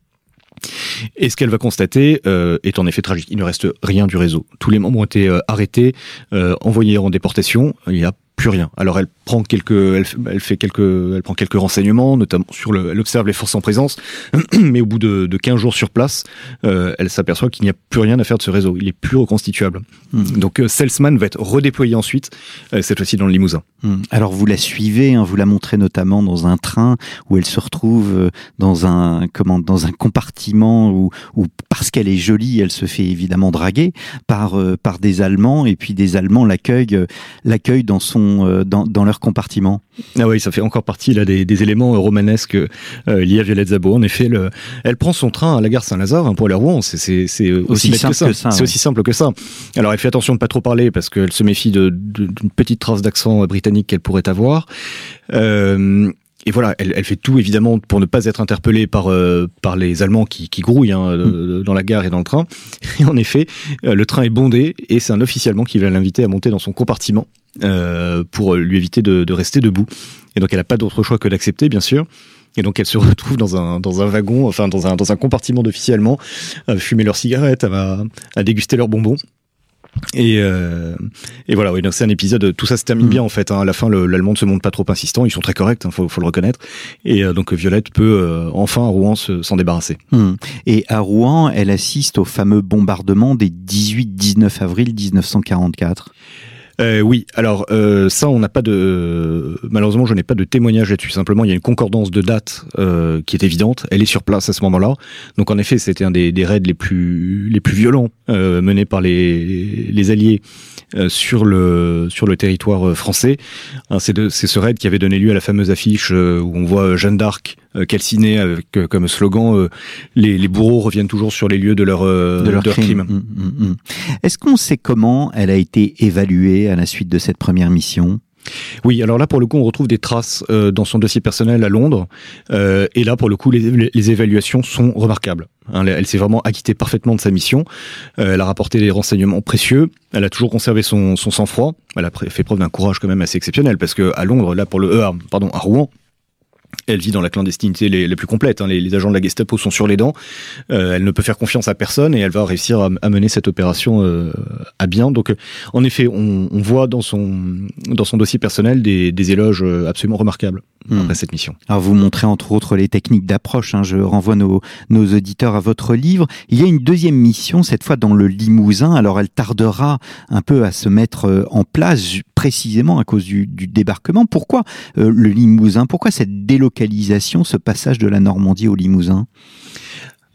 Et ce qu'elle va constater euh, est en effet tragique. Il ne reste rien du réseau. Tous les membres ont été euh, arrêtés, euh, envoyés en déportation. Il n'y a plus rien. Alors elle prend quelques, elle, elle fait quelques, elle prend quelques renseignements, notamment sur le, elle observe les forces en présence, mais au bout de, de quinze jours sur place, euh, elle s'aperçoit qu'il n'y a plus rien à faire de ce réseau. Il est plus reconstituable. Mmh. Donc euh, Salesman va être redéployé ensuite, euh, cette fois-ci dans le Limousin. Mmh. Alors vous la suivez, hein, vous la montrez notamment dans un train où elle se retrouve dans un, comment, dans un compartiment où, où parce qu'elle est jolie, elle se fait évidemment draguer par euh, par des Allemands et puis des Allemands l'accueillent, euh, l'accueillent dans son Dans, dans leur compartiment. Ah oui, ça fait encore partie là des, des éléments romanesques euh, liés à Violette Szabo. En effet, le, elle prend son train à la gare Saint-Lazare hein, pour aller à Rouen. C'est, c'est, c'est aussi, aussi simple que ça. Que ça c'est ouais. aussi simple que ça. Alors, elle fait attention de pas trop parler parce qu'elle se méfie de, de, d'une petite trace d'accent britannique qu'elle pourrait avoir. Euh, Et voilà, elle, elle fait tout évidemment pour ne pas être interpellée par euh, par les Allemands qui, qui grouillent hein, mmh. dans la gare et dans le train. Et en effet, euh, le train est bondé et c'est un officier allemand qui va l'inviter à monter dans son compartiment euh, pour lui éviter de, de rester debout. Et donc elle n'a pas d'autre choix que d'accepter, bien sûr. Et donc elle se retrouve dans un dans un wagon, enfin dans un dans un compartiment d'officiers allemands, à fumer leurs cigarettes, à, à déguster leurs bonbons. Et, euh, et voilà, oui, donc c'est un épisode. Tout ça se termine mmh. bien en fait. Hein. À la fin, le, l'allemand ne se montre pas trop insistant. Ils sont très corrects, hein, faut, faut le reconnaître. Et euh, donc Violette peut euh, enfin à Rouen se, s'en débarrasser. Mmh. Et à Rouen, elle assiste au fameux bombardement des dix-huit dix-neuf avril dix-neuf cent quarante-quatre. Euh, oui, alors euh, ça, on n'a pas de. Euh, malheureusement, je n'ai pas de témoignage là-dessus. Simplement, il y a une concordance de date euh, qui est évidente. Elle est sur place à ce moment-là. Donc, en effet, c'était un des, des raids les plus les plus violents euh, menés par les les Alliés euh, sur le sur le territoire français. Hein, c'est, de, c'est ce raid qui avait donné lieu à la fameuse affiche euh, où on voit Jeanne d'Arc euh, calcinée avec euh, comme slogan euh, les, les bourreaux reviennent toujours sur les lieux de leur euh, de leur de crime. crime. Mmh, mmh. Est-ce qu'on sait comment elle a été évaluée à la suite de cette première mission? Oui, alors là, pour le coup, on retrouve des traces euh, dans son dossier personnel à Londres. Euh, et là, pour le coup, les, les évaluations sont remarquables. Hein, elle s'est vraiment acquittée parfaitement de sa mission. Euh, elle a rapporté des renseignements précieux. Elle a toujours conservé son, son sang-froid. Elle a fait preuve d'un courage quand même assez exceptionnel. Parce que à Londres, là, pour le euh, pardon, à Rouen, elle vit dans la clandestinité les, les plus complètes. Hein. Les, les agents de la Gestapo sont sur les dents. Euh, elle ne peut faire confiance à personne et elle va réussir à, à mener cette opération euh, à bien. Donc, euh, en effet, on, on voit dans son dans son dossier personnel des, des éloges absolument remarquables mmh. après cette mission. Alors, vous montrez entre autres les techniques d'approche. Hein. Je renvoie nos, nos auditeurs à votre livre. Il y a une deuxième mission, cette fois dans le Limousin. Alors, elle tardera un peu à se mettre en place, précisément à cause du, du débarquement. Pourquoi euh, le Limousin? Pourquoi cette délocalisation, ce passage de la Normandie au Limousin?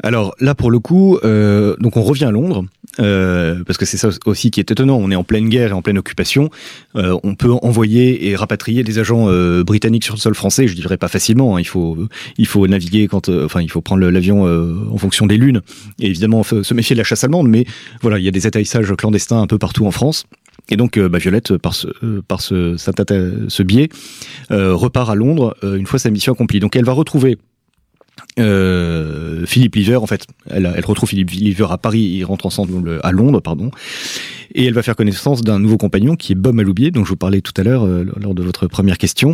Alors là, pour le coup, euh, donc on revient à Londres, euh, parce que c'est ça aussi qui est étonnant. On est en pleine guerre et en pleine occupation. Euh, on peut envoyer et rapatrier des agents euh, britanniques sur le sol français. Je dirais pas facilement. Hein, il faut, il faut naviguer quand, euh, enfin, il faut prendre l'avion euh, en fonction des lunes. Et évidemment, se méfier de la chasse allemande. Mais voilà, il y a des atterrissages clandestins un peu partout en France. Et donc, euh, bah, Violette, par ce, euh, par ce, ce biais, euh, repart à Londres euh, une fois sa mission accomplie. Donc, elle va retrouver Euh, Philippe Lever, en fait, elle, elle retrouve Philippe Lever à Paris, ils rentrent ensemble à Londres, pardon, et elle va faire connaissance d'un nouveau compagnon qui est Bob Maloubier, dont je vous parlais tout à l'heure euh, lors de votre première question,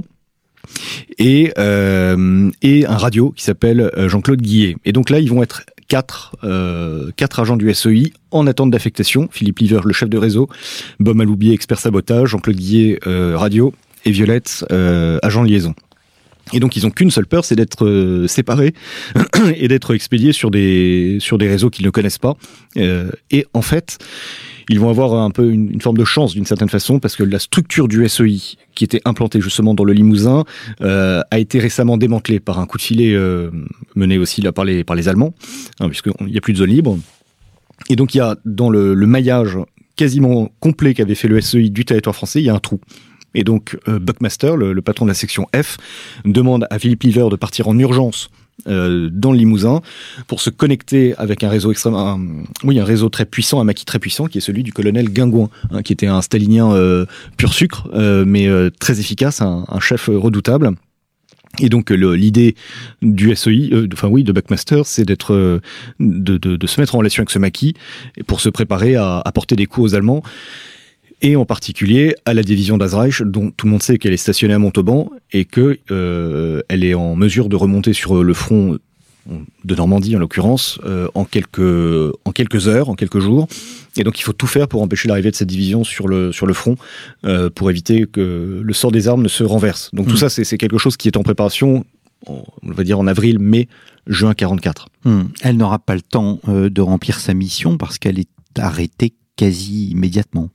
et, euh, et un radio qui s'appelle Jean-Claude Guillet. Et donc là, ils vont être quatre, euh, quatre agents du S E I en attente d'affectation. Philippe Lever, le chef de réseau, Bob Maloubier, expert sabotage, Jean-Claude Guillet, euh, radio, et Violette, euh, agent de liaison. Et donc ils ont qu'une seule peur, c'est d'être euh, séparés et d'être expédiés sur des sur des réseaux qu'ils ne connaissent pas. Euh, et en fait, ils vont avoir un peu une, une forme de chance d'une certaine façon, parce que la structure du S E I, qui était implantée justement dans le Limousin, euh, a été récemment démantelée par un coup de filet euh, mené aussi là par les par les Allemands, hein, puisqu'il n'y a plus de zone libre. Et donc il y a dans le, le maillage quasiment complet qu'avait fait le S E I du territoire français, il y a un trou. Et donc euh, Buckmaster, le, le patron de la section F, demande à Philippe Lever de partir en urgence euh, dans le Limousin pour se connecter avec un réseau extrêmement, un, oui, un réseau très puissant, un maquis très puissant, qui est celui du colonel Guingouin, hein, qui était un stalinien euh, pur sucre, euh, mais euh, très efficace, un, un chef redoutable. Et donc le, l'idée du S E I, euh, enfin oui, de Buckmaster, c'est d'être, euh, de, de, de se mettre en relation avec ce maquis pour se préparer à, à porter des coups aux Allemands. Et en particulier à la division d'Azreich, dont tout le monde sait qu'elle est stationnée à Montauban et que euh, elle est en mesure de remonter sur le front de Normandie en l'occurrence euh, en quelques en quelques heures, en quelques jours. Et donc il faut tout faire pour empêcher l'arrivée de cette division sur le sur le front, euh, pour éviter que le sort des armes ne se renverse. Donc mmh. tout ça, c'est, c'est quelque chose qui est en préparation, on va dire en avril, mai, juin quarante-quatre. Mmh. Elle n'aura pas le temps euh, de remplir sa mission parce qu'elle est arrêtée quasi immédiatement.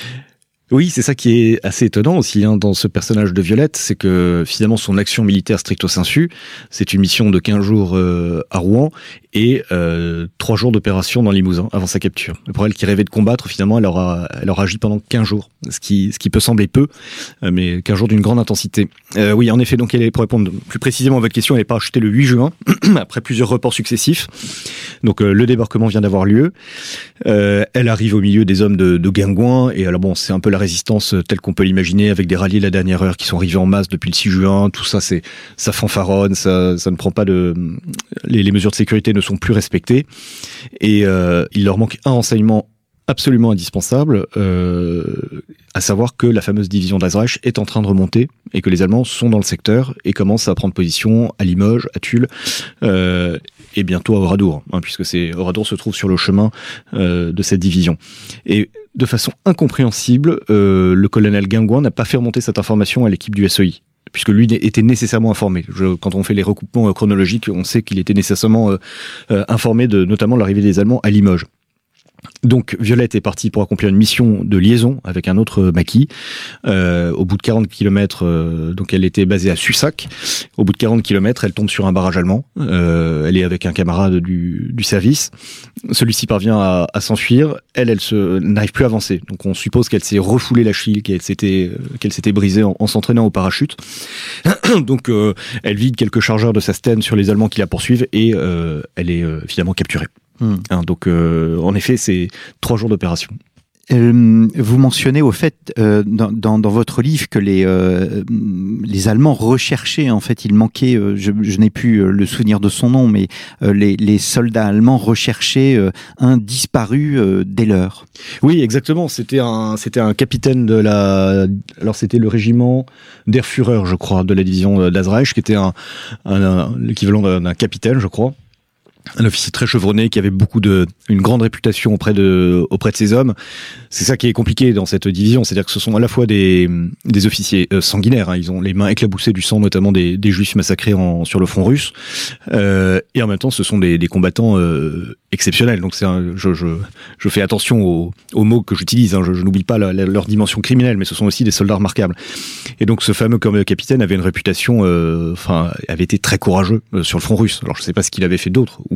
Oui, c'est ça qui est assez étonnant aussi hein, dans ce personnage de Violette, c'est que finalement son action militaire stricto sensu, c'est une mission de quinze jours euh, à Rouen et euh, trois jours d'opération dans le Limousin avant sa capture. Pour elle qui rêvait de combattre, finalement elle aura, elle aura agi pendant quinze jours, ce qui, ce qui peut sembler peu, euh, mais quinze jours d'une grande intensité. Euh, oui, en effet, donc elle est, pour répondre plus précisément à votre question, elle est parachutée le huit juin, après plusieurs reports successifs. Donc euh, le débarquement vient d'avoir lieu. Euh, elle arrive au milieu des hommes de, de Guingouin, et alors bon, c'est un peu la résistance telle qu'on peut l'imaginer, avec des ralliés de la dernière heure qui sont arrivés en masse depuis le six juin. Tout ça, c'est ça fanfaronne, ça, ça ne prend pas de, les, les mesures de sécurité ne sont plus respectées, et euh, il leur manque un renseignement absolument indispensable, euh, à savoir que la fameuse division d'Azreich est en train de remonter et que les Allemands sont dans le secteur et commencent à prendre position à Limoges, à Tulle euh, et bientôt à Oradour, hein, puisque c'est Oradour se trouve sur le chemin euh, de cette division. Et de façon incompréhensible, euh, le colonel Guingouin n'a pas fait remonter cette information à l'équipe du S E I, puisque lui était nécessairement informé. Je, quand on fait les recoupements chronologiques, on sait qu'il était nécessairement euh, euh, informé de notamment l'arrivée des Allemands à Limoges. Donc Violette est partie pour accomplir une mission de liaison avec un autre maquis. Euh, au bout de quarante kilomètres, euh, donc elle était basée à Sussac. Au bout de quarante kilomètres, elle tombe sur un barrage allemand. Euh, elle est avec un camarade du, du service. Celui-ci parvient à, à s'enfuir. Elle, elle se, n'arrive plus à avancer. Donc on suppose qu'elle s'est refoulée la cheville, qu'elle s'était, qu'elle s'était brisée en, en s'entraînant au parachute. Donc euh, elle vide quelques chargeurs de sa Sten sur les Allemands qui la poursuivent et euh, elle est euh, finalement capturée. Mmh. Hein, donc, euh, en effet, c'est trois jours d'opération. Euh, vous mentionnez au fait euh, dans, dans, dans votre livre que les euh, les Allemands recherchaient, en fait, il manquait, euh, je, je n'ai plus le souvenir de son nom, mais euh, les, les soldats allemands recherchaient euh, un disparu euh, dès l'heure. Oui, exactement. C'était un c'était un capitaine de la, alors c'était le régiment der Führer, je crois, de la division d'Azreich, qui était un, un, un l'équivalent d'un, d'un capitaine, je crois. Un officier très chevronné qui avait beaucoup de, une grande réputation auprès de, auprès de ses hommes. C'est ça qui est compliqué dans cette division, c'est-à-dire que ce sont à la fois des, des officiers euh, sanguinaires, hein, ils ont les mains éclaboussées du sang, notamment des, des juifs massacrés en, sur le front russe, euh, et en même temps ce sont des, des combattants euh, exceptionnels. Donc c'est un, je, je, je fais attention aux, aux mots que j'utilise, hein, je, je n'oublie pas la, la, leur dimension criminelle, mais ce sont aussi des soldats remarquables. Et donc ce fameux capitaine avait une réputation, euh, enfin, avait été très courageux euh, sur le front russe. Alors je sais pas ce qu'il avait fait d'autre, ou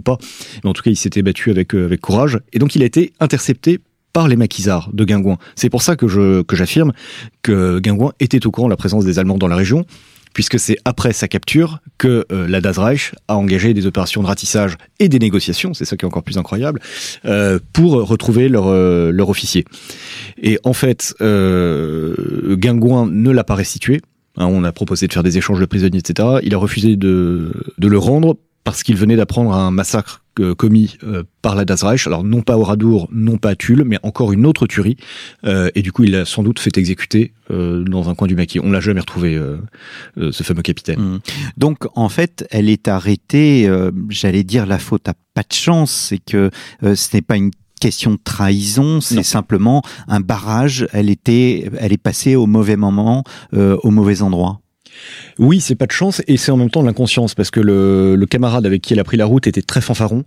pas. Mais en tout cas, il s'était battu avec, euh, avec courage. Et donc, il a été intercepté par les maquisards de Guingouin. C'est pour ça que je que j'affirme que Guingouin était au courant de la présence des Allemands dans la région, puisque c'est après sa capture que euh, la Das Reich a engagé des opérations de ratissage et des négociations, c'est ça qui est encore plus incroyable, euh, pour retrouver leur, euh, leur officier. Et en fait, euh, Guingouin ne l'a pas restitué. Hein, on a proposé de faire des échanges de prisonniers, et cetera. Il a refusé de, de le rendre parce qu'il venait d'apprendre un massacre euh, commis euh, par la Das Reich. Alors non pas au Radour, non pas à Tulle, mais encore une autre tuerie. Euh, et du coup, il a sans doute fait exécuter euh, dans un coin du maquis. On l'a jamais retrouvé, euh, euh, ce fameux capitaine. Mmh. Donc en fait, elle est arrêtée. Euh, j'allais dire la faute a pas de chance, c'est que euh, ce n'est pas une question de trahison, c'est non. simplement un barrage. Elle était, elle est passée au mauvais moment, euh, au mauvais endroit. Oui, c'est pas de chance et c'est en même temps de l'inconscience parce que le, le camarade avec qui elle a pris la route était très fanfaron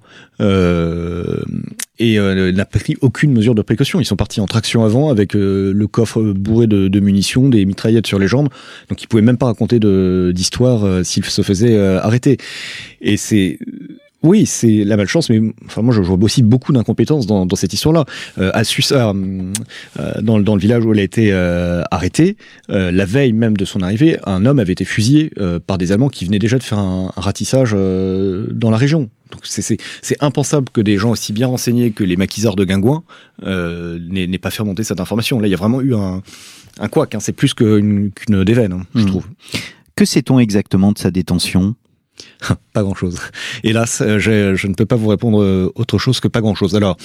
euh, et euh, n'a pris aucune mesure de précaution. Ils sont partis en traction avant avec euh, le coffre bourré de, de munitions, des mitraillettes sur les jambes, donc ils pouvaient même pas raconter de, d'histoire euh, s'ils se faisaient euh, arrêter. Et c'est... Oui, c'est la malchance, mais enfin moi je vois aussi beaucoup d'incompétence dans, dans cette histoire-là. Euh, à Susa, euh, dans, dans le village où elle a été euh, arrêtée, euh, la veille même de son arrivée, un homme avait été fusillé euh, par des Allemands qui venaient déjà de faire un, un ratissage euh, dans la région. Donc c'est, c'est, c'est impensable que des gens aussi bien renseignés que les maquisards de Guingouin euh, n'aient, n'aient pas fait remonter cette information. Là, il y a vraiment eu un, un couac, hein. C'est plus qu'une, qu'une déveine, hein, mmh. je trouve. Que sait-on exactement de sa détention ? Pas grand-chose. Hélas, je, je ne peux pas vous répondre autre chose que pas grand-chose. Alors,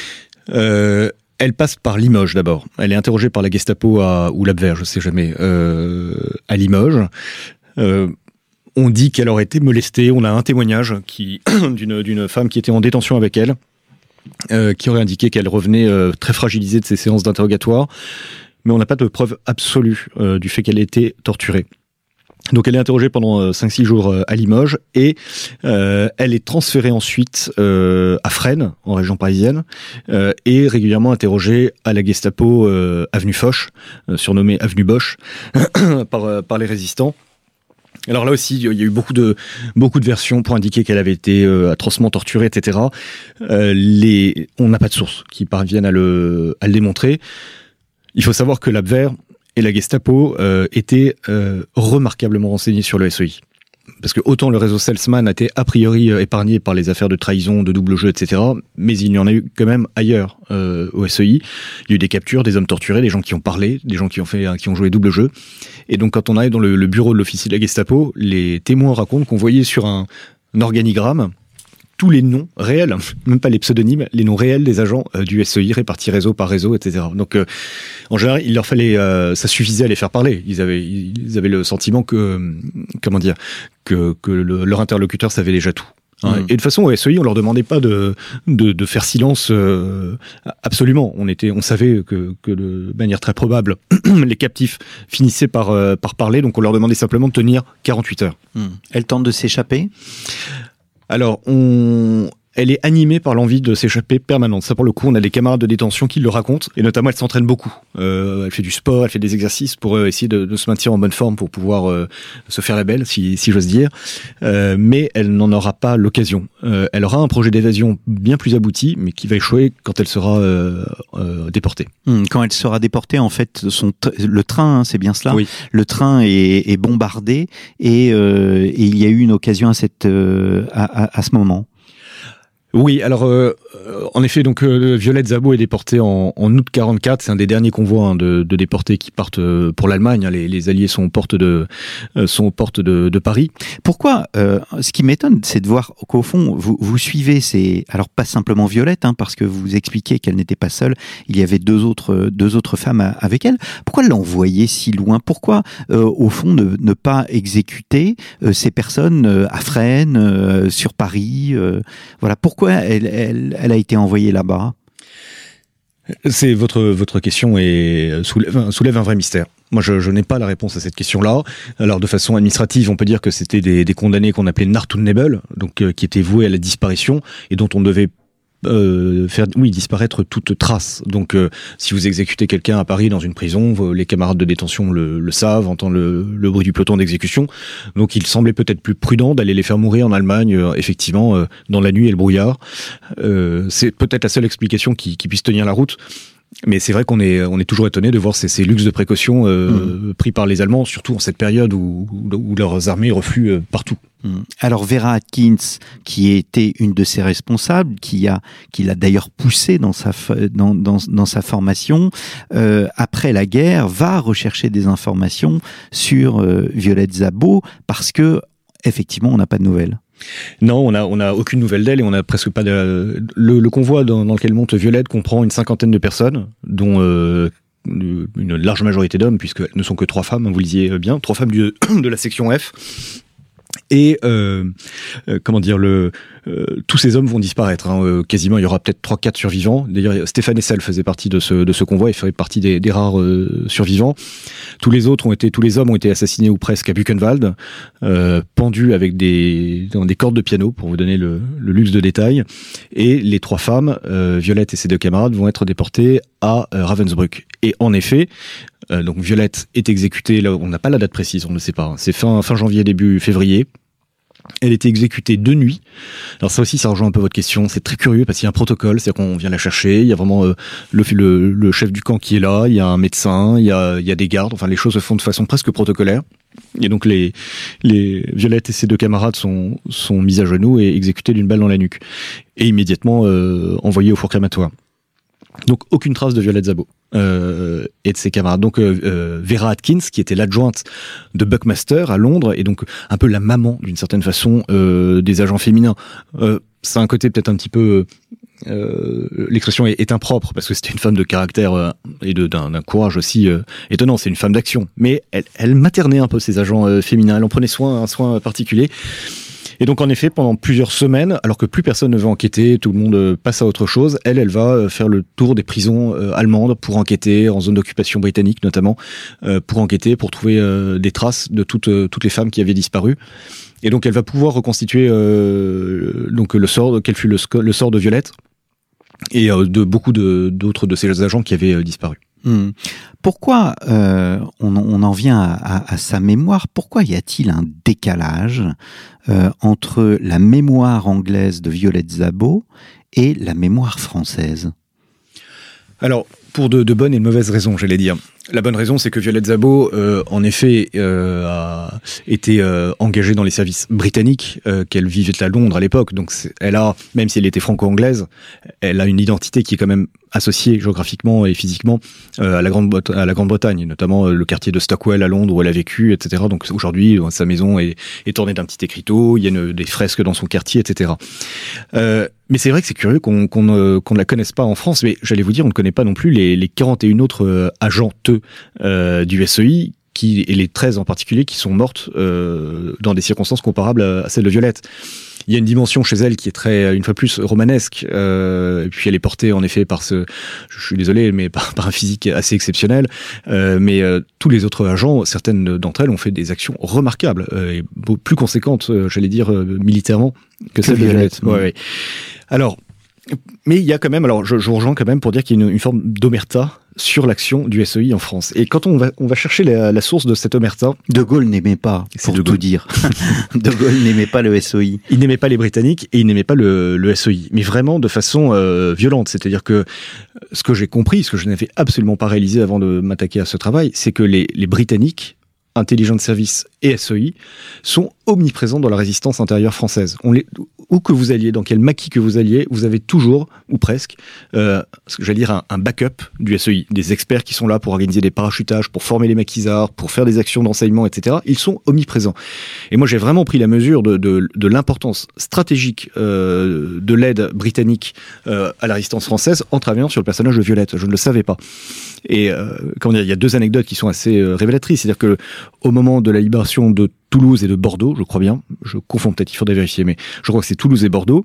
euh, elle passe par Limoges d'abord. Elle est interrogée par la Gestapo à, ou l'Abwehr, je sais jamais, euh, à Limoges. Euh, on dit qu'elle aurait été molestée. On a un témoignage qui, d'une, d'une femme qui était en détention avec elle, euh, qui aurait indiqué qu'elle revenait euh, très fragilisée de ses séances d'interrogatoire. Mais on n'a pas de preuve absolue euh, du fait qu'elle ait été torturée. Donc elle est interrogée pendant cinq six jours à Limoges et euh, elle est transférée ensuite euh, à Fresnes, en région parisienne, euh, et régulièrement interrogée à la Gestapo euh, avenue Foch, euh, surnommée avenue Bosch, par, euh, par les résistants. Alors là aussi, il y a eu beaucoup de beaucoup de versions pour indiquer qu'elle avait été euh, atrocement torturée, et cetera. Euh, les, on n'a pas de sources qui parviennent à le, à le démontrer. Il faut savoir que l'Abwehr et la Gestapo euh, étaient euh, remarquablement renseignés sur le S E I. Parce que autant le réseau Selzmann a été a priori euh, épargné par les affaires de trahison, de double jeu, et cetera, mais il y en a eu quand même ailleurs euh, au S E I. Il y a eu des captures, des hommes torturés, des gens qui ont parlé, des gens qui ont fait, qui ont joué double jeu. Et donc quand on arrive dans le, le bureau de l'officier de la Gestapo, les témoins racontent qu'on voyait sur un, un organigramme tous les noms réels, même pas les pseudonymes, les noms réels des agents euh, du S E I répartis réseau par réseau, et cetera. Donc, euh, en général, il leur fallait, euh, ça suffisait à les faire parler. Ils avaient, ils avaient le sentiment que, euh, comment dire, que, que le, leur interlocuteur savait déjà tout. Hein. Mmh. Et de toute façon, au S E I, on leur demandait pas de de, de faire silence. Euh, absolument, on était, on savait que, que de manière très probable, les captifs finissaient par euh, par parler. Donc, on leur demandait simplement de tenir quarante-huit heures. Mmh. Elle tente de s'échapper. Alors, on... elle est animée par l'envie de s'échapper permanente. Ça, pour le coup, on a des camarades de détention qui le racontent. Et notamment, elle s'entraîne beaucoup. Euh, elle fait du sport, elle fait des exercices pour euh, essayer de, de se maintenir en bonne forme, pour pouvoir euh, se faire la belle, si, si j'ose dire. Euh, mais elle n'en aura pas l'occasion. Euh, elle aura un projet d'évasion bien plus abouti, mais qui va échouer quand elle sera euh, euh, déportée. Quand elle sera déportée, en fait, son t- le train, hein, c'est bien cela. Oui. Le train est, est bombardé et, euh, et il y a eu une occasion à cette euh, à, à, à ce moment. Oui, alors euh, en effet, donc euh, Violette Szabo est déportée en, en août quarante-quatre. C'est un des derniers convois hein, de, de déportés qui partent euh, pour l'Allemagne. Hein. Les, les Alliés sont aux portes de euh, sont aux portes de, de Paris. Pourquoi euh, ce qui m'étonne, c'est de voir qu'au fond vous, vous suivez. C'est alors pas simplement Violette, hein, parce que vous expliquez qu'elle n'était pas seule. Il y avait deux autres deux autres femmes à, avec elle. Pourquoi l'envoyer si loin? Pourquoi euh, au fond ne, ne pas exécuter euh, ces personnes euh, à Fresnes, euh, sur Paris? euh, Voilà pourquoi. Pourquoi elle, elle, elle a été envoyée là-bas? C'est votre votre question et soulève, soulève un vrai mystère. Moi, je, je n'ai pas la réponse à cette question-là. Alors, de façon administrative, on peut dire que c'était des, des condamnés qu'on appelait Nacht und Nebel, donc euh, qui étaient voués à la disparition et dont on ne devait euh, faire oui disparaître toute trace. Donc euh, si vous exécutez quelqu'un à Paris dans une prison, vos, les camarades de détention le, le savent, entendent le, le bruit du peloton d'exécution. Donc il semblait peut-être plus prudent d'aller les faire mourir en Allemagne, euh, effectivement, euh, dans la nuit et le brouillard. Euh, c'est peut-être la seule explication qui, qui puisse tenir la route. Mais c'est vrai qu'on est on est toujours étonné de voir ces, ces luxes de précaution euh, mmh. pris par les Allemands, surtout en cette période où, où leurs armées refluent euh, partout. Mmh. Alors Vera Atkins, qui était une de ses responsables, qui a qui l'a d'ailleurs poussé dans sa dans dans, dans sa formation, euh, après la guerre, va rechercher des informations sur euh, Violette Szabo parce que effectivement on n'a pas de nouvelles. Non, on a on a aucune nouvelle d'elle et on a presque pas de le, le convoi dans, dans lequel monte Violette comprend une cinquantaine de personnes, dont euh, une large majorité d'hommes, puisqu'elles ne sont que trois femmes. Vous lisiez bien, trois femmes du, de la section F. Et euh, euh, comment dire, le euh, tous ces hommes vont disparaître. Hein, euh, quasiment, il y aura peut-être trois, quatre survivants. D'ailleurs, Stéphane Hessel faisait partie de ce de ce convoi. Il ferait partie des, des rares euh, survivants. Tous les autres ont été, tous les hommes ont été assassinés ou presque à Buchenwald, euh, pendus avec des dans des cordes de piano, pour vous donner le, le luxe de détails. Et les trois femmes, euh, Violette et ses deux camarades, vont être déportées à euh, Ravensbrück. Et en effet, euh, donc Violette est exécutée. Là, on n'a pas la date précise, on ne sait pas. C'est fin fin janvier, début février. Elle était exécutée de nuit. Alors ça aussi, ça rejoint un peu votre question. C'est très curieux parce qu'il y a un protocole, c'est-à-dire qu'on vient la chercher. Il y a vraiment euh, le, le, le chef du camp qui est là. Il y a un médecin. Il y a, il y a des gardes. Enfin, les choses se font de façon presque protocolaire. Et donc les, les Violette et ses deux camarades sont, sont mis à genoux et exécutés d'une balle dans la nuque et immédiatement euh, envoyés au four crématoire. Donc aucune trace de Violette Szabo euh, et de ses camarades. Donc euh, euh, Vera Atkins, qui était l'adjointe de Buckmaster à Londres, et donc un peu la maman d'une certaine façon euh, des agents féminins. Euh, c'est un côté peut-être un petit peu euh, l'expression est, est impropre parce que c'était une femme de caractère euh, et de, d'un, d'un courage aussi euh, étonnant. C'est une femme d'action, mais elle, elle maternait un peu ces agents euh, féminins. Elle en prenait soin, un soin particulier. Et donc, en effet, pendant plusieurs semaines, alors que plus personne ne veut enquêter, tout le monde passe à autre chose, elle, elle va faire le tour des prisons euh, allemandes pour enquêter, en zone d'occupation britannique notamment, euh, pour enquêter, pour trouver euh, des traces de toutes, euh, toutes les femmes qui avaient disparu. Et donc, elle va pouvoir reconstituer euh, donc le sort, quel fut le, le sort de Violette et euh, de beaucoup de, d'autres de ces agents qui avaient euh, disparu. Mmh. Pourquoi euh, on, on en vient à, à, à sa mémoire? Pourquoi y a-t-il un décalage euh, entre la mémoire anglaise de Violette Szabo et la mémoire française? Alors, pour de, de bonnes et de mauvaises raisons, j'allais dire. La bonne raison, c'est que Violette Szabo, euh, en effet, euh, a été euh, engagée dans les services britanniques, euh, qu'elle vivait à Londres à l'époque. Donc, elle a, même si elle était franco-anglaise, elle a une identité qui est quand même associée géographiquement et physiquement euh, à la Grande à la Grande-Bretagne, notamment euh, le quartier de Stockwell à Londres où elle a vécu, et cetera. Donc aujourd'hui, sa maison est, est ornée d'un petit écriteau, il y a une, des fresques dans son quartier, et cetera. Euh, mais c'est vrai que c'est curieux qu'on, qu'on, euh, qu'on ne la connaisse pas en France. Mais j'allais vous dire, on ne connaît pas non plus les, les quarante et un autres euh, agenteux euh, du S E I, qui, et les treize en particulier, qui sont mortes euh, dans des circonstances comparables à, à celles de Violette. Il y a une dimension chez elle qui est très, une fois plus, romanesque. Euh, et puis elle est portée en effet par ce, je suis désolé, mais par, par un physique assez exceptionnel. Euh, mais euh, tous les autres agents, certaines d'entre elles ont fait des actions remarquables euh, et beaucoup plus conséquentes, euh, j'allais dire euh, militairement, que celles de Violette. Ouais, ouais. Alors, mais il y a quand même, alors je, je vous rejoins quand même pour dire qu'il y a une, une forme d'omerta sur l'action du S E I en France. Et quand on va, on va chercher la, la source de cette omerta... De Gaulle n'aimait pas, pour tout dire. De Gaulle n'aimait pas le S E I. Il n'aimait pas les Britanniques et il n'aimait pas le, le S E I. Mais vraiment de façon euh, violente. C'est-à-dire que ce que j'ai compris, ce que je n'avais absolument pas réalisé avant de m'attaquer à ce travail, c'est que les, les Britanniques, Intelligence Service et S E I, sont omniprésents dans la résistance intérieure française. On les, où que vous alliez, dans quel maquis que vous alliez, vous avez toujours, ou presque, euh, ce que j'allais dire, un, un backup du S E I. Des experts qui sont là pour organiser des parachutages, pour former les maquisards, pour faire des actions d'enseignement, et cetera. Ils sont omniprésents. Et moi, j'ai vraiment pris la mesure de, de, de l'importance stratégique euh, de l'aide britannique euh, à la résistance française en travaillant sur le personnage de Violette. Je ne le savais pas. Et euh, comment dire, il y a deux anecdotes qui sont assez euh, révélatrices. C'est-à-dire que au moment de la libération de Toulouse et de Bordeaux, je crois bien, je confonds peut-être, il faudrait vérifier, mais je crois que c'est Toulouse et Bordeaux,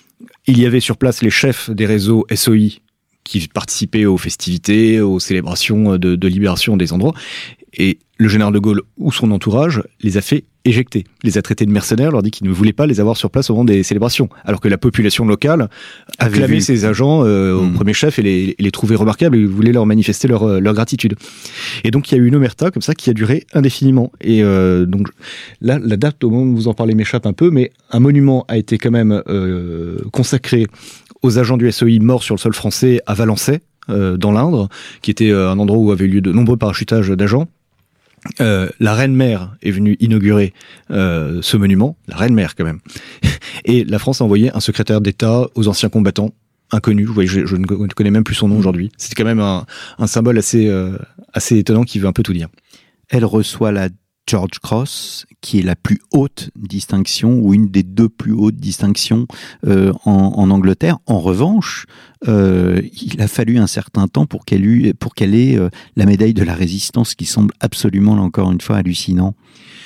il y avait sur place les chefs des réseaux S E I qui participaient aux festivités, aux célébrations de, de libération des endroits, Et le général de Gaulle ou son entourage les a fait éjecter, les a traités de mercenaires, leur dit qu'ils ne voulaient pas les avoir sur place au moment des célébrations, alors que la population locale acclamait ces agents euh, mmh. au premier chef et les, et les trouvait remarquables et voulait leur manifester leur, leur gratitude. Et donc il y a eu une omerta comme ça qui a duré indéfiniment. Et euh, donc là, la date au moment où vous en parlez m'échappe un peu, mais un monument a été quand même euh, consacré aux agents du S E I morts sur le sol français à Valençay, euh, dans l'Indre, qui était euh, un endroit où avaient lieu de nombreux parachutages d'agents. Euh, la reine-mère est venue inaugurer euh, ce monument, la reine-mère quand même. Et la France a envoyé un secrétaire d'État aux anciens combattants, inconnu, vous voyez, je, je ne connais même plus son nom aujourd'hui. C'était quand même un, un symbole assez, euh, assez étonnant qui veut un peu tout dire. Elle reçoit la George Cross, qui est la plus haute distinction, ou une des deux plus hautes distinctions euh, en, en Angleterre. En revanche, euh, il a fallu un certain temps pour qu'elle, eût, pour qu'elle ait euh, la médaille de la Résistance, qui semble absolument, là encore une fois, hallucinant.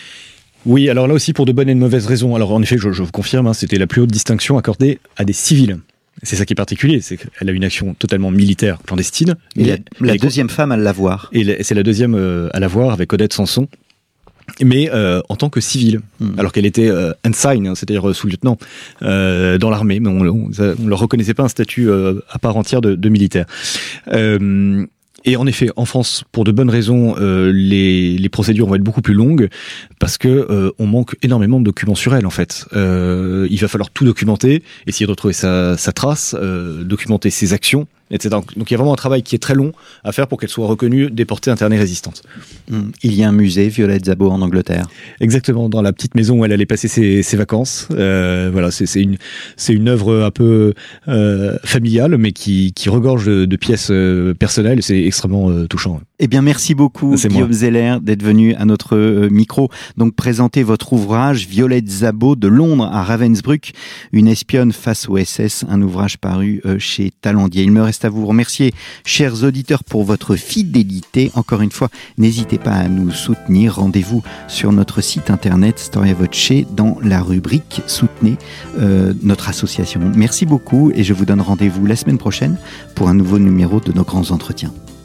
Oui, alors là aussi pour de bonnes et de mauvaises raisons. Alors en effet, je, je vous confirme, hein, c'était la plus haute distinction accordée à des civils. C'est ça qui est particulier, c'est qu'elle a une action totalement militaire, clandestine. Et la, la deuxième femme à l'avoir. Et c'est la deuxième euh, à l'avoir avec Odette Sanson. Mais euh, en tant que civile, mmh. alors qu'elle était euh, ensign, hein, c'est-à-dire euh, sous-lieutenant euh, dans l'armée, mais on ne leur reconnaissait pas un statut euh, à part entière de, de militaire. Euh, et en effet, en France, pour de bonnes raisons, euh, les, les procédures vont être beaucoup plus longues parce que euh, on manque énormément de documents sur elle. En fait, euh, il va falloir tout documenter, essayer de retrouver sa, sa trace, euh, documenter ses actions, et cetera. Donc il y a vraiment un travail qui est très long à faire pour qu'elle soit reconnue, déportée, internée, résistante. Il y a un musée, Violette Szabo, en Angleterre. Exactement, dans la petite maison où elle allait passer ses, ses vacances. Euh, voilà, c'est, c'est une c'est une œuvre un peu euh, familiale, mais qui qui regorge de, de pièces euh, personnelles. C'est extrêmement euh, touchant. Eh bien, merci beaucoup, c'est Guillaume moi. Zeller, d'être venu à notre euh, micro. Donc, présenter votre ouvrage Violette Szabo de Londres à Ravensbrück, une espionne face au S S, un ouvrage paru euh, chez Talandier. Il me reste à vous remercier, chers auditeurs, pour votre fidélité. Encore une fois, n'hésitez pas à nous soutenir. Rendez-vous sur notre site internet Storia Voce dans la rubrique Soutenez euh, notre association. Merci beaucoup et je vous donne rendez-vous la semaine prochaine pour un nouveau numéro de nos grands entretiens.